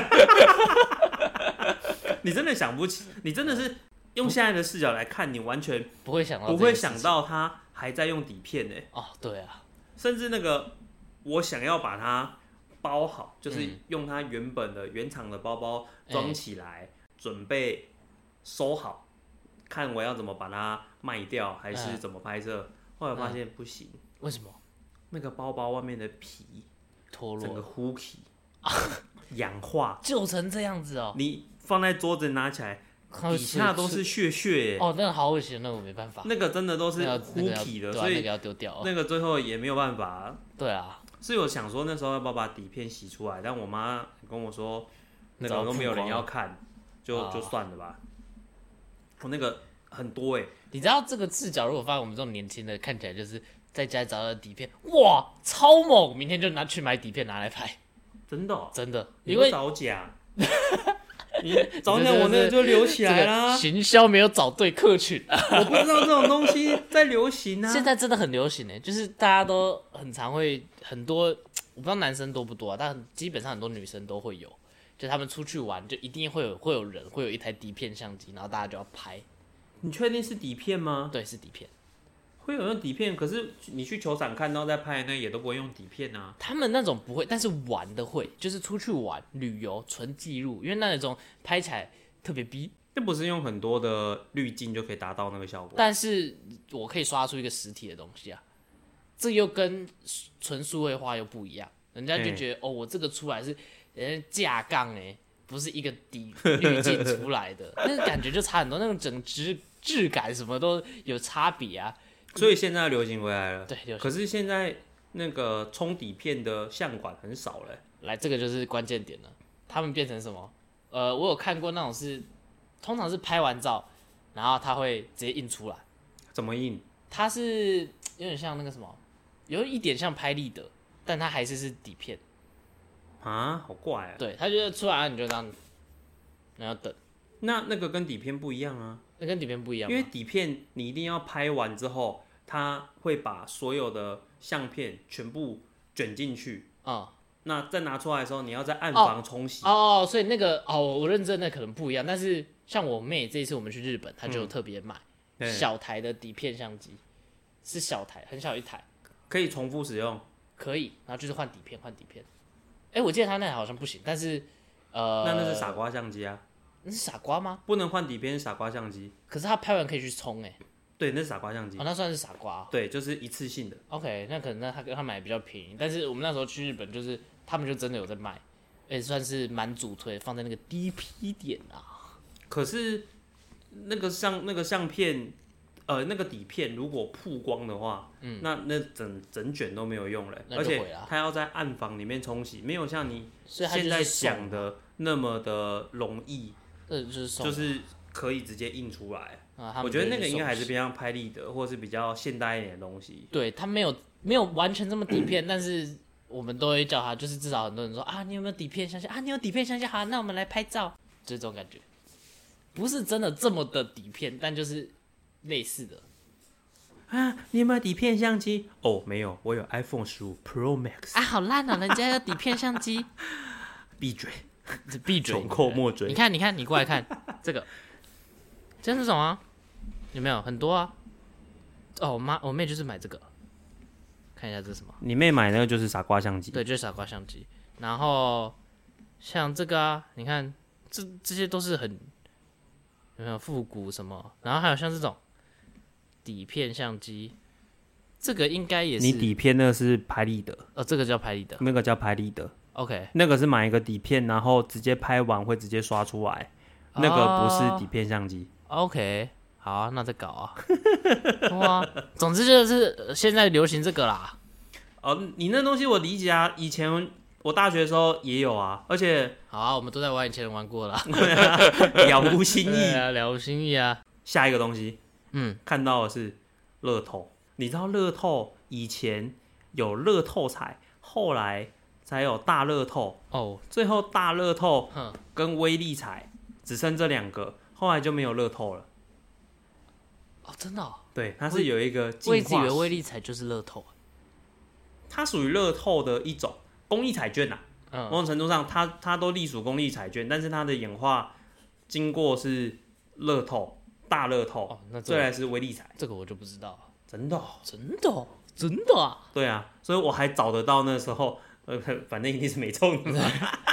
你真的想不起，你真的是用现在的视角来看，你完全不会想到他还在用底片哦，对啊， 甚至那个我想要把它包好，就是用它原本的原厂的包包装起来，准备收好，看我要怎么把它卖掉，还是怎么拍摄。后来发现不行， 为什么？ 那个包包外面的皮脱落， 整个糊起，氧化， 旧成这样子哦。 你放在桌子拿起来，底下都是屑耶。 哦，那个好恶心，那我没办法。 那个真的都是糊皮的，所以那个要丢掉。 那个最后也没有办法。 对啊， 所以我想说那时候要不要把底片洗出来，但我妈跟我说，那个都没有人要看，就算了吧。我那个很多哎， 你知道这个视角，如果放在我们这种年轻的，看起来就是在家里找到底片，哇，超猛！明天就去买底片拿来拍， 真的、哦、 真的， 因为早讲，你早讲我那个就留起来啦。 行销没有找对客群， 我不知道这种东西在流行啊。 现在真的很流行诶，就是大家都很常会很多，我不知道男生多不多啊，但基本上很多女生都会有，就他们出去玩就一定会有人会有一台底片相机，然后大家就要拍。 你确定是底片吗？ 对，是底片。 会有用底片，可是你去球场看到在拍的那也都不会用底片啊。 他们那种不会，但是玩的会，就是出去玩旅游纯记录，因为那种拍起来特别逼。 这不是用很多的滤镜就可以达到那个效果？ 但是我可以刷出一个实体的东西啊，这又跟纯数位化又不一样，人家就觉得哦，我这个出来是人家架杠哎，不是一个底滤镜出来的，那个感觉就差很多，那种整质感什么都有差别啊。 所以现在流行回来了， 对， 可是现在那个冲底片的相馆很少了。 来，这个就是关键点了，他们变成什么？我有看过那种是，通常是拍完照，然后它会直接印出来。 怎么印？ 它是有点像那个什么，有一点像拍立得，但它还是底片啊，好怪啊！ 对，它就出来，你就这样，然后等。 那个跟底片不一样啊。 那跟底片不一样， 因为底片你一定要拍完之后，它会把所有的相片全部卷进去。那再拿出来的时候，你要在暗房冲洗。 所以那个我认真的可能不一样，但是像我妹这一次我们去日本，她就特别买小台的底片相机，是小台，很小一台， 可以重复使用， 可以，然后就是换底片。我记得她那台好像不行，但是那是傻瓜相机啊。 那是傻瓜吗？ 不能换底片，是傻瓜相机。 可是他拍完可以去冲对，那是傻瓜相机。 那算是傻瓜。 对，就是一次性的。 OK， 那可能他买比较便宜，但是我们那时候去日本，就是他们就真的有在卖，算是蛮主推，放在那个DP点啊。 可是那个相片，那个底片如果曝光的话，那整卷都没有用了，而且它要在暗房里面冲洗，没有像你现在想的那么的容易。就是可以直接印出来。我觉得那个应该还是偏向拍立得，或是比较现代一点的东西。 对，它没有完全这么底片，但是我们都会叫它，就是至少很多人说啊，你有没有底片相机啊？你有底片相机，好，那我们来拍照，就是这种感觉，不是真的这么的底片，但就是类似的。 啊，你有没有底片相机？哦，没有，我有 iPhone 15 Pro Max。 啊，好烂哦，人家有底片相机。 闭嘴。 闭嘴！ 穷寇莫追。 你看，你过来看这个，这是什么？有没有很多啊？我妹就是买这个，看一下这是什么？ 你妹买那个就是傻瓜相机。 对，就是傻瓜相机。然后像这个啊，你看这些都是很有没有复古什么？然后还有像这种底片相机，这个应该也是。 你底片那个是拍立得。 这个叫拍立得。 那个叫拍立得。 OK， 那个是买一个底片，然后直接拍完会直接刷出来，那个不是底片相机。 OK， 好啊，那再搞啊。哇，总之就是现在流行这个啦。 你那东西我理解啊，以前我大学的时候也有啊，而且好啊，我们都在玩以前玩过了， 了无新意。 对啊，了无新意啊。 下一个东西，看到的是乐透。你知道乐透以前有乐透彩，后来才有大乐透最后大乐透跟威力彩只剩这2个，后来就没有乐透了。 真的对，它是有一个进化。 我一直以为威力彩就是乐透， 它属于乐透的一种公益彩券某种程度上它都隶属公益彩券，但是它的演化经过是乐透、大乐透，再来是威力彩。 这个我就不知道。 真的真的啊？ 对啊，所以我还找得到那时候反正一定是没中的嘛。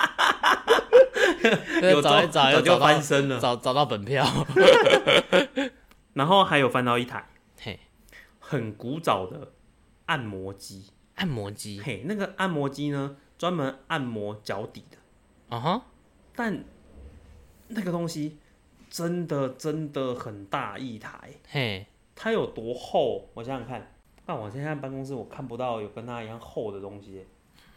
早就翻身了， 找到本票。 然后还有翻到一台， 嘿， 很古早的按摩机。 按摩机， 嘿，那个按摩机呢，专门按摩脚底的。但那个东西真的很大一台。 嘿， 它有多厚？我想想看，我现在办公室我看不到有跟它一样厚的东西。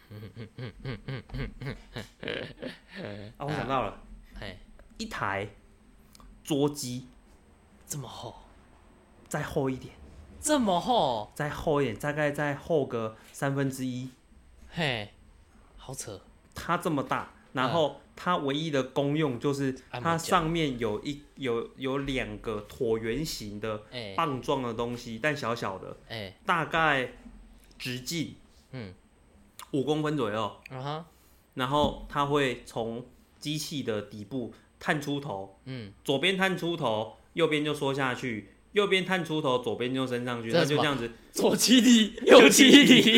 我想到了，一台桌机， 这么厚， 再厚一点， 这么厚， 再厚一点，大概再厚个1/3。 嘿，好扯。 它这么大，然后它唯一的功用就是它上面有2个椭圆形的棒状的东西，但小小的，大概直径5公分左右。然后它会从机器的底部探出头，左边探出头，右边就缩下去，右边探出头，左边就升上去，它就这样子， 左七体，右七体，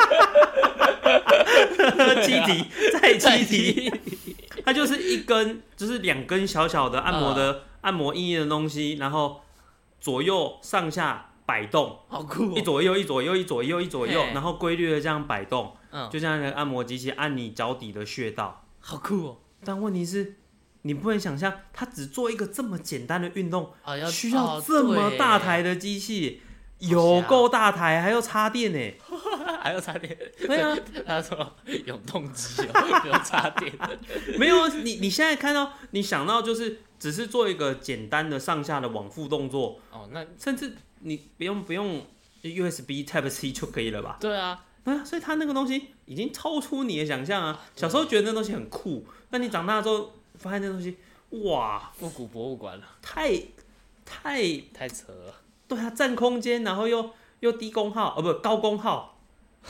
七体再七体，它就是一根，就是2根小小的按摩硬硬的东西，然后左右上下摆动， 好酷一左右，一左右，一左右，一左右，然后规律的这样摆动，就像那个按摩机器按你脚底的穴道， 好酷哦。 但问题是，你不能想象，它只做一个这么简单的运动，需要这么大台的机器，有够大台，还要插电呢， 还要插电。 对啊， 他说永动机哦，不用插电。 没有，你现在看到，你想到就是只是做一个简单的上下的往复动作，那甚至你不用 USB Type C 就可以了吧？ 对啊。 所以它那个东西已经超出你的想象啊！小时候觉得那东西很酷，但你长大之后发现那东西，哇， 复古博物馆了， 太扯了。 对啊，占空间，然后又低功耗，不高功耗。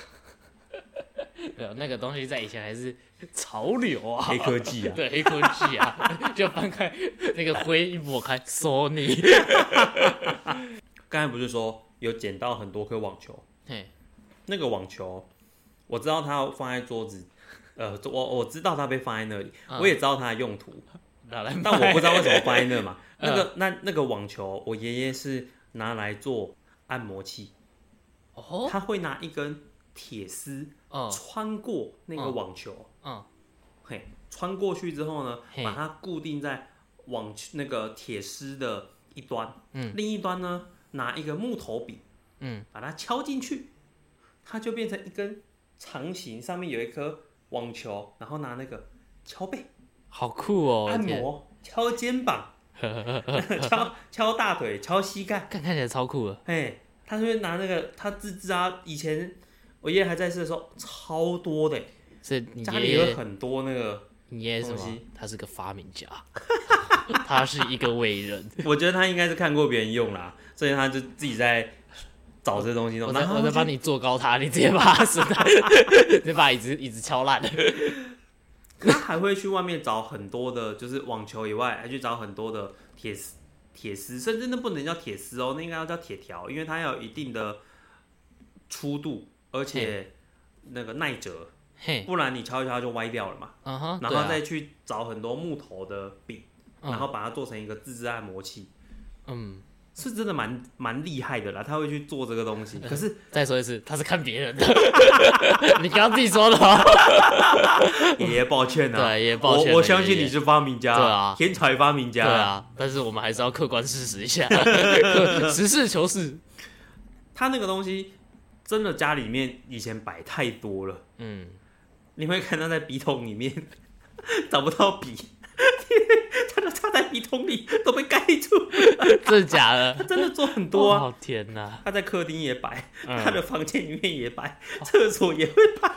没有那个东西在以前还是潮流啊， 黑科技啊， 对，黑科技啊，就翻开那个灰一抹开 ，Sony。 刚才不是说有捡到很多颗网球？那个网球，我知道它放在桌子，我知道它被放在那里，我也知道它的用途，但我不知道为什么放在那嘛。那个网球，我爷爷是拿来做按摩器，他会拿一根铁丝穿过那个网球，穿过去之后呢，把它固定在那个铁丝的一端，另一端呢拿一个木头柄，把它敲进去。它就变成一根长形，上面有一颗网球，然后拿那个敲背， 好酷哦！ 按摩、敲肩膀、敲大腿、敲膝盖， 看起来超酷的。 他就会拿那个他自啊，以前我爷爷还在世的时候，超多的， 是家里有很多那个。 你爷爷什么？他是个发明家，他是一个伟人。 我觉得他应该是看过别人用啦，所以他就自己在。找这东西弄， 我在帮你做高它，你直接把它直接把椅子敲烂。 他还会去外面找很多的，就是网球以外，还去找很多的铁丝，甚至那不能叫铁丝哦，那应该要叫铁条，因为它要有一定的粗度，而且那个耐折，不然你敲一敲就歪掉了嘛。然后再去找很多木头的柄，然后把它做成一个自制按摩器。是真的蛮厉害的啦，他会去做这个东西。可是再说一次，他是看别人的，你刚刚自己说的哦。 爷爷抱歉啊， 对，爷爷抱歉。 我相信你是发明家， 对啊， 天才发明家， 对啊。但是我们还是要客观事实一下，实事求是。 他那个东西真的家里面以前摆太多了，你会看到在笔筒里面找不到笔。他就插在笔筒里都被盖住了， 真的假的？ 他真的做很多啊！ 天哪！ 他在客厅也摆，他的房间里面也摆，厕所也会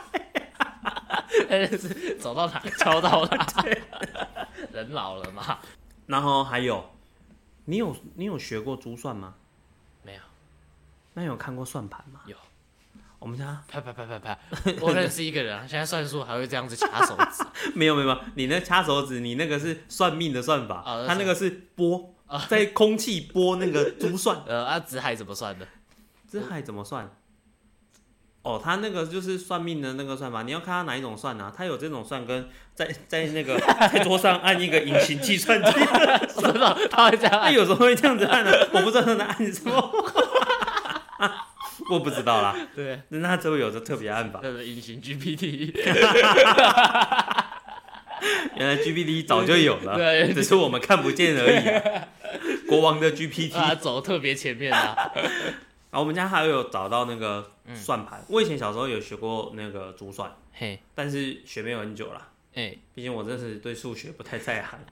摆。 走到哪敲到哪，人老了嘛。 然后还有，你有学过珠算吗？ 没有。 那有看过算盘吗？ 有。 我们家拍，我认识一个人啊，现在算数还会这样子掐手指。 没有，你那掐手指，你那个是算命的算法，他那个是拨，在空气拨那个珠算。 子海怎么算的？ 子海怎么算？ 哦，他那个就是算命的那个算法，你要看他哪一种算啊？他有这种算跟在那个在桌上按一个隐形计算机， 真的他会这样按， 他有时候会这样子按的，我不知道他在按什么，我不知道啦。 对， 那他就会有着特别按法。 隐形 GPT， 原来 GPT 早就有了， 对， 只是我们看不见而已、啊。国王的 GPT， 他走特别前面啊。 然后我们家还有找到那个算盘，我以前小时候有学过那个珠算，但是学没有很久了，毕竟我真是对数学不太在行。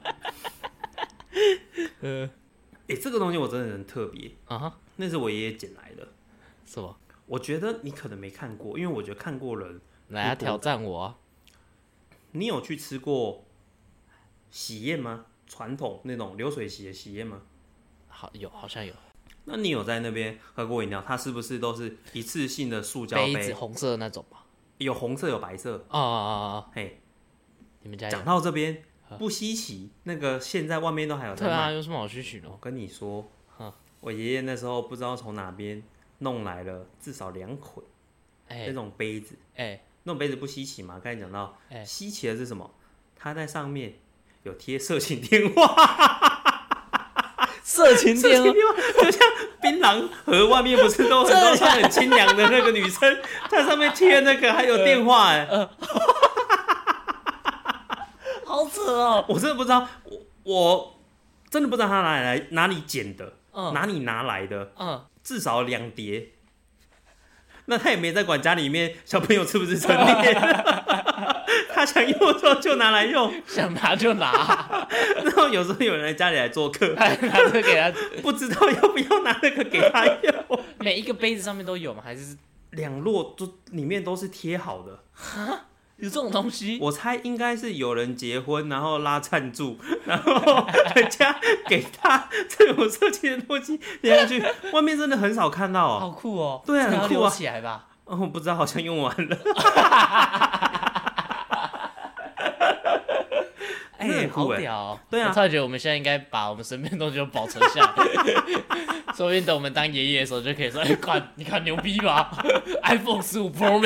这个东西我真的很特别啊，那是我爷爷捡来的， 是吗？ 我觉得你可能没看过，因为我觉得看过人来挑战我啊。 你有去吃过喜宴吗？传统那种流水席的喜宴吗？ 好像有。 那你有在那边喝过饮料？它是不是都是一次性的塑胶杯子，红色的那种吗？ 有红色有白色。嘿， 你们家讲到这边不稀奇，那个现在外面都还有在卖。 对啊，有什么好稀奇的？ 我跟你说，我爷爷那时候不知道从哪边弄来了至少2捆那种杯子。那种杯子不稀奇嘛？刚才讲到，稀奇的是什么？它在上面有贴色情电话。 色情电话就像槟榔盒外面不是都很多穿很清凉的那个女生，在上面贴那个还有电话好扯哦！ 我真的不知道，我真的不知道他哪里捡的，哪里拿来的，至少2叠。那他也没在管家里面小朋友是不是成年，他想用的时候就拿来用， 想拿就拿。 然后有时候有人来家里来做客， 拿这个给他， 不知道要不要拿那个给他用。 每一个杯子上面都有吗？还是 2摞都里面都是贴好的？ 有这种东西？ 我猜应该是有人结婚，然后拉赞助，然后人家给他这种色情的东西贴下去，外面真的很少看到好酷哦！ 对啊，很酷啊！ 起来吧。 我不知道，好像用完了。 好屌！ 对啊， 我突然觉得我们现在应该把我们身边的东西都保存下来，说不定等我们当爷爷的时候就可以说：“你看牛逼吧，iPhone 15 Pro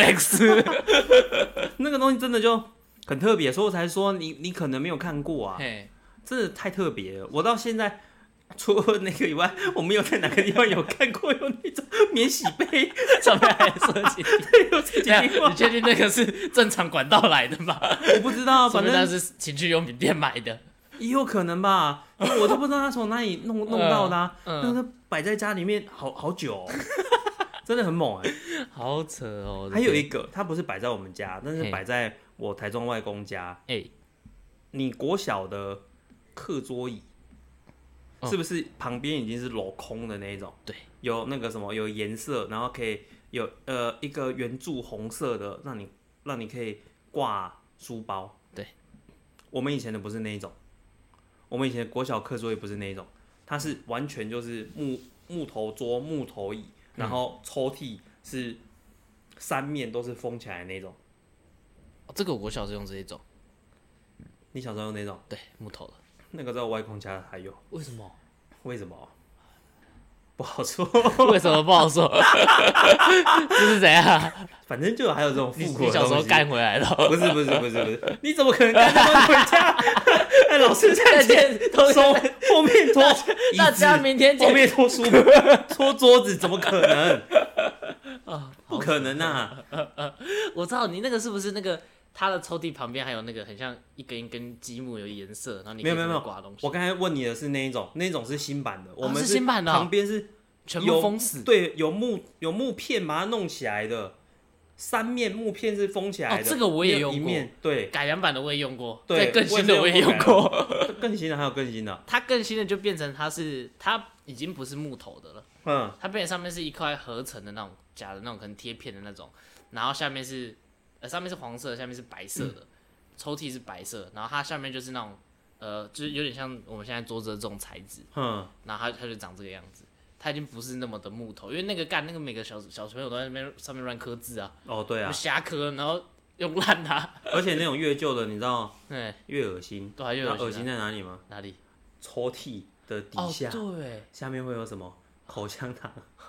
Max。” 那个东西真的就很特别，所以我才说你可能没有看过啊，真的太特别了。我到现在除了那个以外，我没有在哪个地方有看过有那种免洗杯上面还有色情， 对，有色情地方。 你确定那个是正常管道来的吗？ 我不知道，反正那是情趣用品店买的， 也有可能吧，我都不知道他从哪里弄到的啊。那个摆在家里面好久哦，真的很猛好扯哦。 还有一个，它不是摆在我们家，但是摆在我台中外公家。你国小的课桌椅。是不是旁边已经是镂空的那一种？ 对， 有那个什么有颜色，然后可以有一个圆柱红色的，让你可以挂书包。 对， 我们以前的不是那一种，我们以前的国小课桌也不是那一种，它是完全就是木头桌、木头椅，然后抽屉是3面都是封起来的那种。 这个我小时候用这一种。 你小时候用那种？ 对，木头的。 那个在我外公家还有。 为什么？ 为什么？不好说。 为什么不好说？这是怎样？ 反正就还有这种复古的东西。 你小时候干回来的？ 不是，你怎么可能干这东西回家？老师在前收，后面拖椅子， 大家明天后面拖书，拖桌子，怎么可能？不可能啊！ 我知道你那个是不是那个？它的抽屉旁边还有那个很像一根一根积木有颜色，然后你可以挂东西。 我刚才问你的是那一种是新版的，我们是新版的， 旁边是全部封死。 对，有木片把它弄起来的，3面木片是封起来的。 这个我也用过， 一面对改良版的我也用过， 对， 更新的我也用过。 更新的还有更新的， 它更新的就变成它已经不是木头的了，它变成上面是一块合成的那种假的那种可能贴片的那种，然后下面是。上面是黄色，下面是白色的，抽屉是白色，然后它下面就是那种就是有点像我们现在桌子的这种材质，然后它就长这个样子，它已经不是那么的木头，因为那个每个小朋友都在那边上面乱刻字啊， 对啊， 瞎刻，然后用烂它， 而且那种越旧的，你知道，越恶心， 对，越恶心。 恶心在哪里吗？ 哪里？ 抽屉的底下， 对， 下面会有什么口香糖，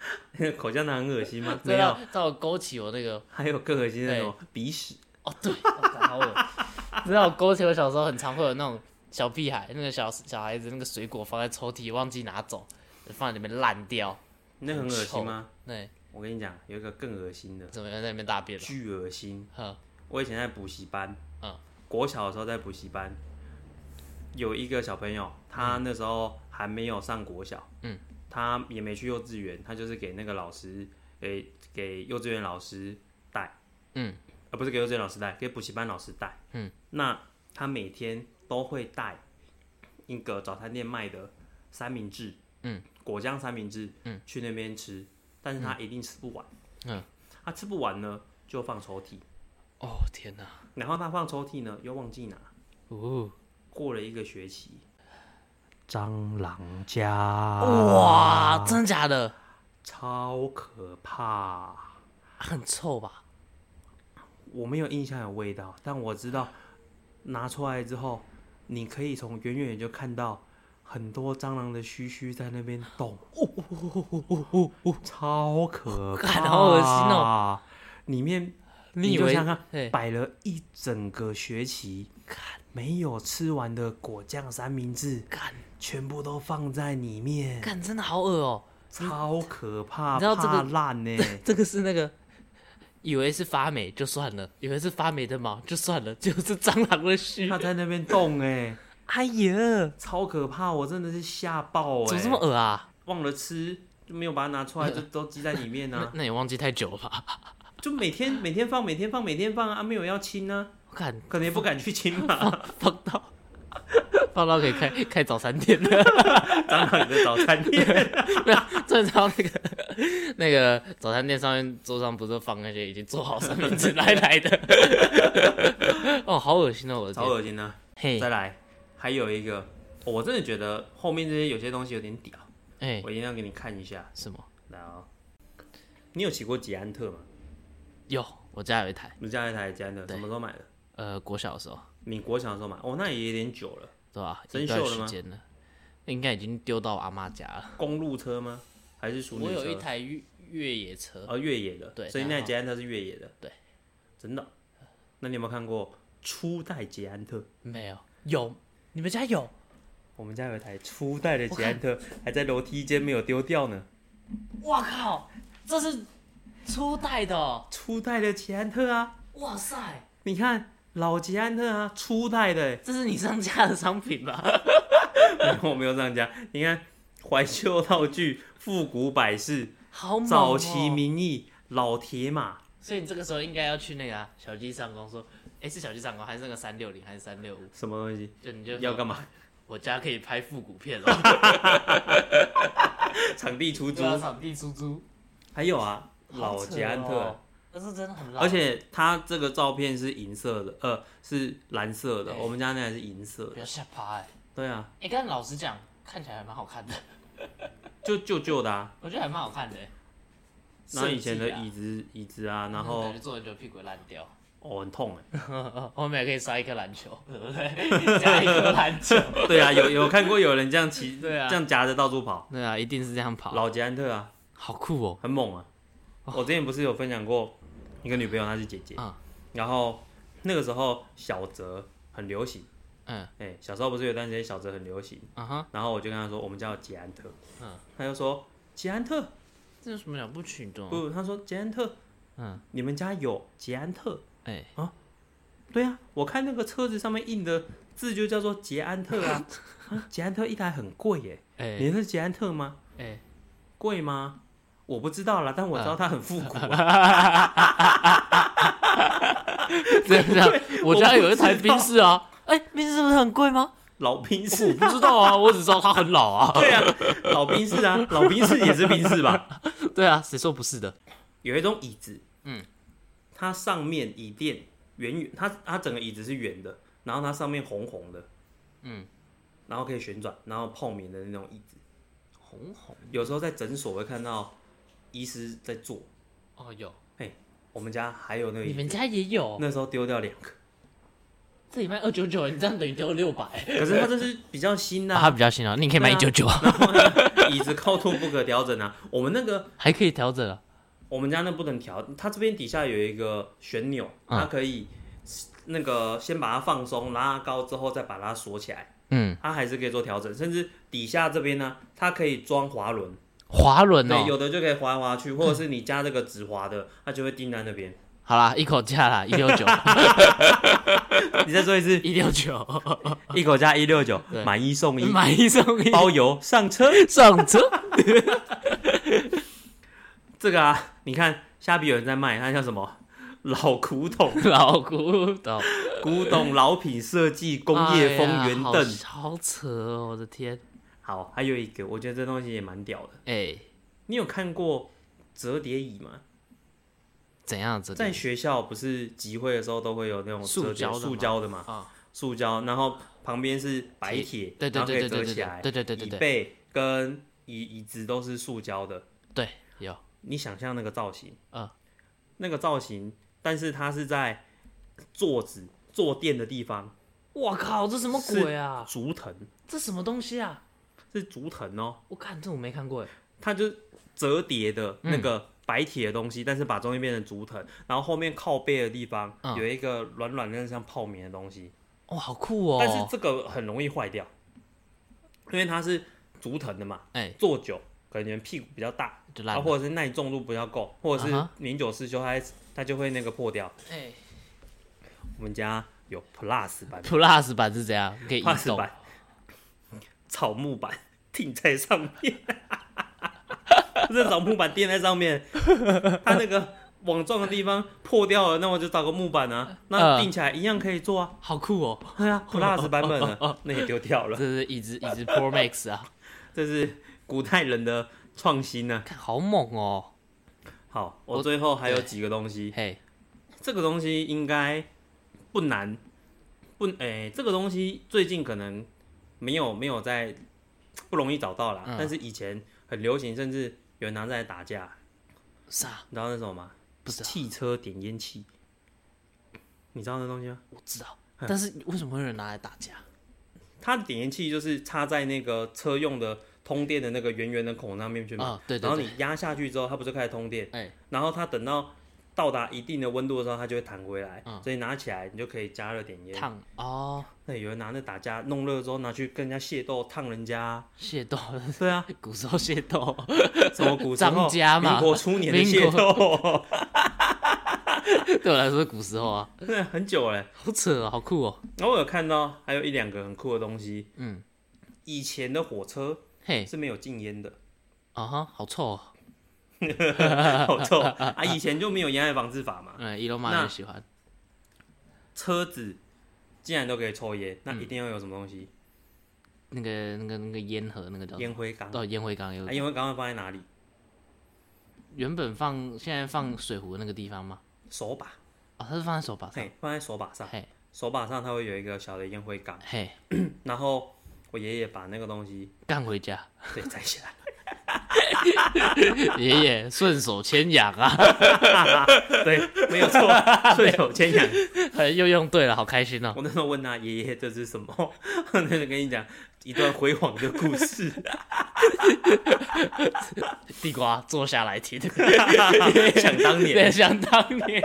那个口香糖很恶心吗？没这有， 让我勾起我那个还有更恶心的那种鼻屎。 哦，对，好恶，这让我勾起我小时候很常会有那种小屁孩，那个小孩子那个水果放在抽屉忘记拿走，放在里面烂掉， 那很恶心吗？ 对， 我跟你讲，有一个更恶心的， 怎么样在那边大便了？ 巨恶心。我以前在补习班，国小的时候在补习班，有一个小朋友，他那时候还没有上国小，他也没去幼稚园，他就是给那个老师，给幼稚园老师带，不是给幼稚园老师带，给补习班老师带，那他每天都会带一个早餐店卖的三明治，果酱三明治，去那边吃，但是他一定吃不完，他吃不完呢，就放抽屉。 哦天哪！ 然后他放抽屉呢，又忘记拿。过了一个学期，蟑螂家， 哇，真的假的？ 超可怕， 很臭吧？ 我没有印象有味道，但我知道拿出来之后，你可以从远远就看到很多蟑螂的须须在那边动，超可怕， 好恶心哦！ 里面你就想看，摆了一整个学期，没有吃完的果酱三明治，全部都放在里面， 真的好恶哦， 超可怕， 你知道这个怕烂呢？ 这个是那个。以为是发霉就算了，以为是发霉的毛就算了，就是蟑螂的须。 它在那边动哎， 哎呀， 超可怕！我真的是吓爆哎！ 怎么这么恶啊？ 忘了吃就没有把它拿出来，就都积在里面啊。 那你忘记太久了吧？ 就每天放啊，没有要清啊。可能也不敢去清吧， 放到可以开早餐店的， 蟑螂的早餐店。 没有，正常那个早餐店上面桌上不是放那些已经做好三明治来的？哦，好恶心哦，我的天， 超恶心啊！再来，还有一个，我真的觉得后面这些有些东西有点屌，我一定要给你看一下。 什么？ 来哦，你有骑过捷安特吗？ 有，我家有一台。 你家有一台捷安特，什么时候买的？ 国小的时候。 你国小的时候买？哦，那也有点久了， 对吧？ 生锈了吗？ 应该已经丢到我阿妈家了。 公路车吗？还是淑女车？ 我有一台越野车。 越野的。 对。 所以那台捷安特是越野的。 对。 真的？那你有没有看过初代捷安特？ 没有。有？你们家有？ 我们家有一台初代的捷安特，还在楼梯间没有丢掉呢。 哇靠！这是初代的哦。 初代的捷安特啊！ 哇塞！ 你看。老捷安特啊，初代的， 这是你上架的商品吧？ 我没有上架。你看，怀旧道具、复古摆饰， 好猛哦！ 早期名义、老铁马。 所以你这个时候应该要去那个小鸡上工说，是小鸡上工还是那个360还是365？ 什么东西？ 你就要干嘛？ 我家可以拍复古片哦。 场地出租。 场地出租。 还有啊，老捷安特。 但是真的很老， 而且它这个照片是银色的，是蓝色的，我们家那台是银色的。 不要吓趴对啊。 但老实讲，看起来还蛮好看的。 就旧旧的啊。 我觉得还蛮好看的。 那以前的椅子啊，然后感觉坐很久屁股烂掉。 很痛哎。 后面还可以塞一颗篮球，对不对？加一颗篮球。 对啊，有看过有人这样骑， 对啊， 这样夹着到处跑。 对啊，一定是这样跑。 老捷安特啊， 好酷哦， 很猛啊。我之前不是有分享过。一个女朋友，她是姐姐，然后那个时候小泽很流行，小时候不是有段时间小泽很流行，然后我就跟她说我们家有捷安特，她就说捷安特， 这有什么了不起的？ 不，她说捷安特，你们家有捷安特？对啊，我看那个车子上面印的字就叫做捷安特啊，捷安特一台很贵耶，你是捷安特吗？贵吗？我不知道啦，但我知道它很复古。 这样，我家有一台宾士啊。宾士是不是很贵吗？ 老宾士， 我不知道啊，我只知道它很老啊。 对啊，老宾士啊，老宾士也是宾士吧？ 对啊，谁说不是的？ 有一种椅子，它上面椅垫圆，它整个椅子是圆的，然后它上面红红的，然后可以旋转，然后泡棉的那种椅子， 红红。 有时候在诊所会看到。医师在做有， 我们家还有那个椅子， 你们家也有？ 那时候丢掉2个， 这里卖299，你这样等于丢600。 可是它这是比较新的、 它比较新啊，你可以买199。 然后呢，椅子高度不可调整啊，我们那个还可以调整啊。 我们家那不能调，它这边底下有一个旋钮，它可以那个先把它放松，拉高之后再把它锁起来。它还是可以做调整，甚至底下这边呢，它可以装滑轮。 滑轮哦， 对，有的就可以滑来滑去，或者是你加这个直滑的，它就会钉在那边。 好啦，一口价啦，169。 你再说一次 ，169， 一口价169，买1送1， 买1送1， 包邮上车。这个啊，你看虾皮有人在卖，它叫什么？老古董，古董老品设计工业风圆凳， 好扯哦，我的天！ 好，还有一个，我觉得这东西也蛮屌的。你有看过折叠椅吗？ 怎样折叠？ 在学校不是集会的时候都会有那种塑胶的嘛？塑胶，然后旁边是白铁，然后可以折起来。 对， 椅背跟椅子都是塑胶的。 对，有。 你想象那个造型，那个造型，但是它是在坐垫的地方。 哇靠，这什么鬼啊？ 竹藤， 这什么东西啊？ 是竹藤哦。 我看这我没看过哎。 它就折叠的那个白铁的东西，但是把中间变成竹藤，然后后面靠背的地方有一个软软的像泡棉的东西。 哇，好酷哦！ 但是这个很容易坏掉，因为它是竹藤的嘛。坐久可能你们屁股比较大，或者是耐重度比较够，或者是年久失修，它就会那个破掉。我们家有 Plus 版 ，Plus 版是怎样？可以移动。 Plus 版，草木板钉在上面，这草木板钉在上面，它那个网状的地方破掉了，那我就找个木板啊，那钉起来一样可以做啊， 好酷哦！ 对啊 ，Plus 版本的，那也丢掉了。 这是椅子 Pro Max 啊， 这是古代人的创新啊， 好猛哦！ 好，我最后还有几个东西，这个东西应该不难，这个东西最近可能没有在不容易找到啦，但是以前很流行，甚至有人拿在打架。 啥？ 你知道那是什么吗？ 不知道。 汽车点烟器，你知道那东西吗？ 我知道，但是为什么会有人拿来打架？ 它的点烟器就是插在那个车用的通电的那个圆圆的孔上面去嘛， 对， 然后你压下去之后，它不是开始通电，然后它等到达一定的温度的时候，它就会弹回来，所以拿起来你就可以加热点烟。 烫哦， 对，有人拿那打架弄热之后拿去跟人家械斗，烫人家。 械斗？ 对啊， 古时候械斗， 什么古时候？ 张家嘛， 民国初年的械斗。 对我来说是古时候啊， 对，很久了， 好扯哦，好酷哦。 然后我有看到还有1-2个很酷的东西，以前的火车是没有禁烟的， 好臭哦。 好臭啊！以前就没有烟害防治法嘛。 伊隆马就喜欢。 车子既然都可以抽烟，那一定要有什么东西？ 那个烟盒，那个叫烟灰缸。 对，烟灰缸有。 烟灰缸会放在哪里？ 原本现在放水壶那个地方吗？ 手把。 它是放在手把上。 放在手把上。手把上它会有一个小的烟灰缸。然后我爷爷把那个东西干回家， 对，摘起来。 爷爷顺手牵羊啊， 对，没有错，顺手牵羊， 又用对了，好开心哦！ 我那时候问他爷爷这是什么，那就跟你讲一段辉煌的故事。 地瓜坐下来听， 想当年， 对，想当年，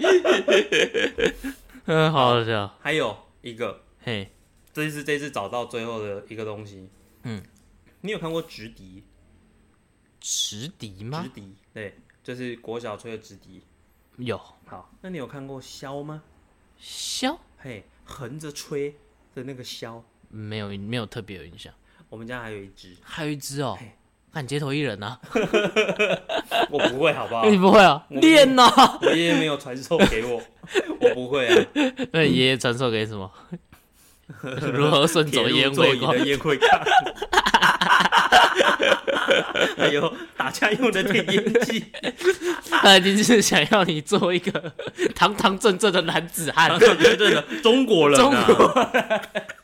好好笑。 还有一个，这次找到最后的一个东西，你有看过直笛？ 直笛吗？ 直笛，对，就是国小吹的直笛。 有。 好，那你有看过箫吗？ 箫？ 横着吹的那个箫。 没有特别有印象。 我们家还有一只。 还有一只哦。看街头艺人啊。 我不会，好不好？ 你不会啊？练呐！ 我爷爷没有传授给我，我不会啊。 那爷爷传授给什么？如何顺走烟灰缸？ 的烟灰缸。还有打架用的点烟器， 他一定是想要你做一个堂堂正正的男子汉， 堂堂正正的中国人啊！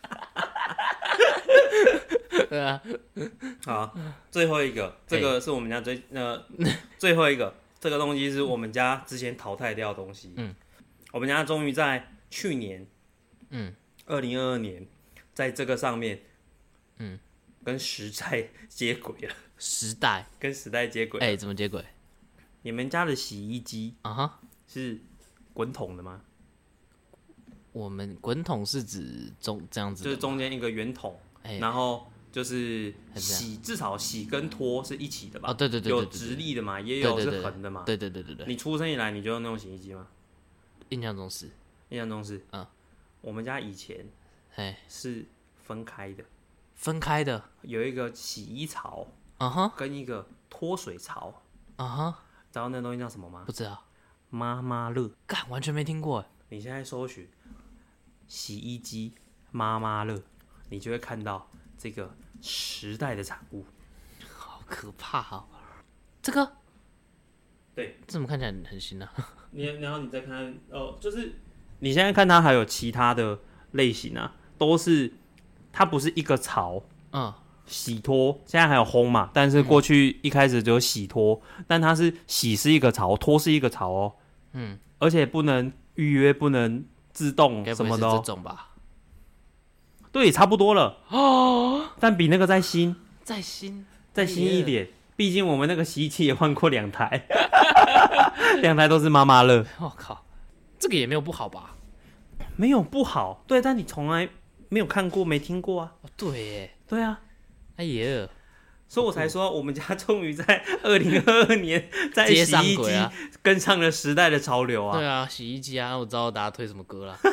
对啊， 好，最后一个，这个是我们家最后一个，这个东西是我们家之前淘汰掉的东西。我们家终于在去年 2022年在这个上面，跟时代接轨了。跟时代接轨， 怎么接轨？ 你们家的洗衣机是滚筒的吗？ 我们滚筒是指这样子的， 就是中间一个圆筒，然后就是至少洗跟脱是一起的吧？ 对， 有直立的嘛，也有是横的嘛。 对。 你出生以来你就用那种洗衣机吗？ 印象中是。 我们家以前是分开的，有一个洗衣槽，跟一个脱水槽，知道那东西叫什么吗？ 不知道。 妈妈乐， 干，完全没听过。 你现在搜寻洗衣机妈妈乐，你就会看到这个时代的产物。 好可怕哦！这个， 对， 这怎么看起来很新啊？ 然后你再看就是你现在看它还有其他的类型啊，都是它不是一个槽，洗脱，现在还有烘嘛，但是过去一开始只有洗脱，但它是洗是一个槽，脱是一个槽哦，而且不能预约，不能自动什么的这种吧？ 对，差不多了但比那个再新一点，毕竟我们那个洗衣机也换过2台，2台都是妈妈乐。 我靠，这个也没有不好吧？ 没有不好，对，但你从来没有看过、没听过啊？ 对耶， 对啊， 哎呀， 所以我才说，我们家终于在2022年在洗衣机跟上了时代的潮流啊！ 对啊，洗衣机啊，我知道大家推什么歌了。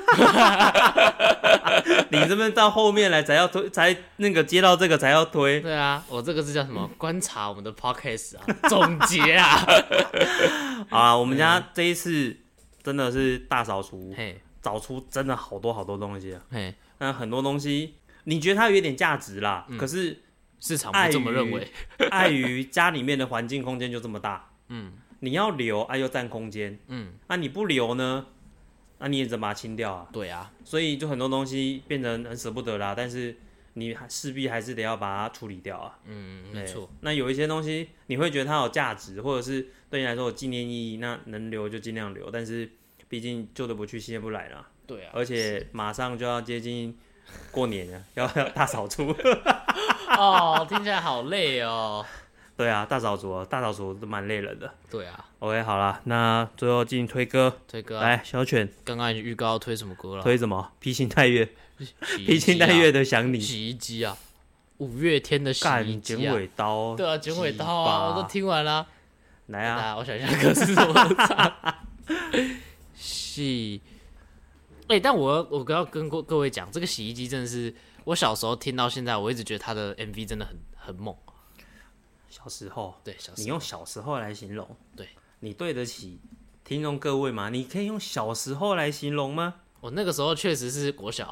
你这边到后面来才要推，才那个接到这个才要推。 对啊，我这个是叫什么？观察我们的 podcast 啊，总结啊。 好啊，我们家这一次真的是大扫除，找出真的好多好多东西啊。那很多东西你觉得它有点价值啦，可是市场不这么认为。 碍于家里面的环境空间就这么大，你要留又占空间，你不留呢，你也只能把它清掉啊。 对啊， 所以就很多东西变成很舍不得啦，但是你势必还是得要把它处理掉啊。 没错。 那有一些东西你会觉得它有价值，或者是对你来说有纪念意义，那能留就尽量留，但是毕竟旧的不去，新的不来啦。 对啊， 而且马上就要接近过年了，要大扫除。 听起来好累哦。 对啊，大扫除都蛮累人的。 对啊。 OK， 好啦，那最后进推歌。来，小犬， 刚刚已经预告要推什么歌了？ 推什么？披星戴月。披星戴月的想你。 洗衣机啊，5月天的洗衣机啊。 剪尾刀。 对啊，剪尾刀啊，我都听完了。 来啊， 我想一下歌是什么。但我要跟各位讲，这个洗衣机真的是我小时候听到现在，我一直觉得它的 MV 真的很猛。 小时候， 对，小时候， 你用小时候来形容， 对， 你对得起听众各位吗？你可以用小时候来形容吗？ 我那个时候确实是国小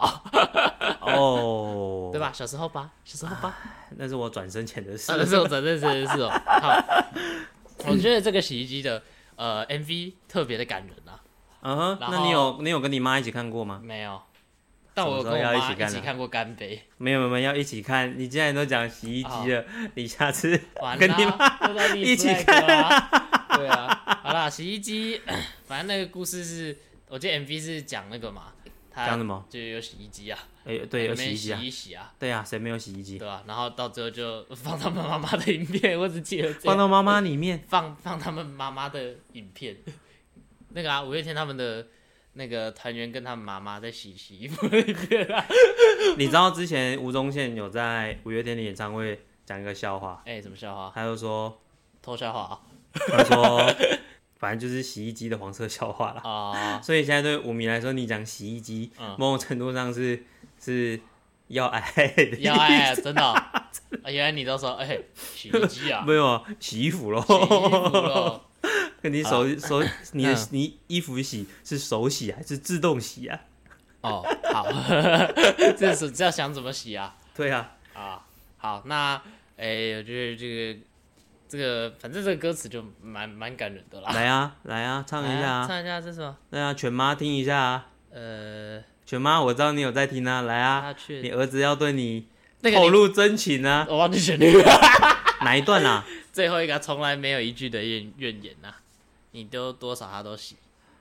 对吧？小时候吧， 那是我转身前的事， 那是我转身前的事哦。好，我觉得这个洗衣机的MV 特别的感人啊。 那你有跟你妈一起看过吗？ 没有，但我有跟我妈一起看过《干杯》。没有，要一起看。你既然都讲洗衣机了，你下次跟你妈一起看。 对啊，好啦，洗衣机，反正那个故事是，我记得 MV 是讲那个嘛， 讲什么？ 就有洗衣机啊。 对，有洗衣机啊。 洗啊。 对啊，谁没有洗衣机？ 对啊，然后到最后就放他们妈妈的影片，我只记得这样。 放到妈妈里面， 放他们妈妈的影片。那个5月天他们的那个团员跟他们妈妈在洗衣服的影片啊。 你知道之前吴宗宪有在5月天的演唱会讲一个笑话？ 什么笑话？ 他就说偷笑话啊。 他说反正就是洗衣机的黄色笑话啦。所以现在对舞迷来说，你讲洗衣机，某种程度上是要爱的， 要爱真的。原来你都说洗衣机啊？ 没有，洗衣服咯。跟你你衣服洗是手洗还是自动洗啊？ 好，这是要想怎么洗啊？ 对啊。 好，那我觉得这个，反正这个歌词就蛮感人的啦。 来啊，唱一下啊！ 唱一下这是什么？ 对啊，犬妈听一下啊。犬妈，我知道你有在听啊，来啊！你儿子要对你透露真情啊！ 我忘记旋律了。 哪一段啊？ 最后一个从来没有一句的怨言啊！你丢多少他都洗。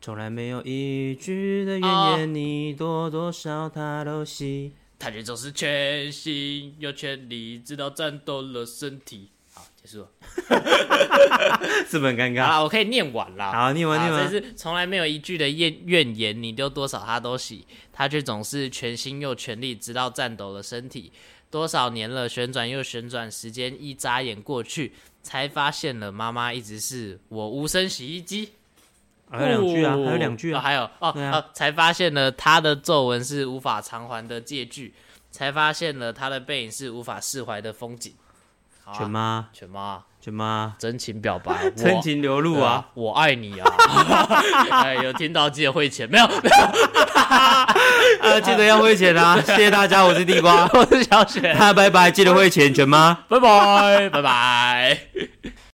从来没有一句的怨言，你多多少他都喜。 他却总是全心有全力，直到战斗了身体。好，结束了。 是不是很尴尬？ 好啦，我可以念完啦。 好，念完。 这是从来没有一句的怨言，你丢多少他都喜。他却总是全心又全力，直到战斗了身体。多少年了，旋转又旋转，时间一眨眼过去，才发现了妈妈一直是我无声洗衣机。 还有2句啊， 还有才发现了他的皱纹是无法偿还的借据，才发现了他的背影是无法释怀的风景。 全妈， 真情表白， 真情流露啊！ 我爱你啊！哎，有听到记得汇钱没有？ 记得要汇钱啊！谢谢大家，我是地瓜， 我是小雪， 拜拜，记得汇钱，全妈， 拜拜。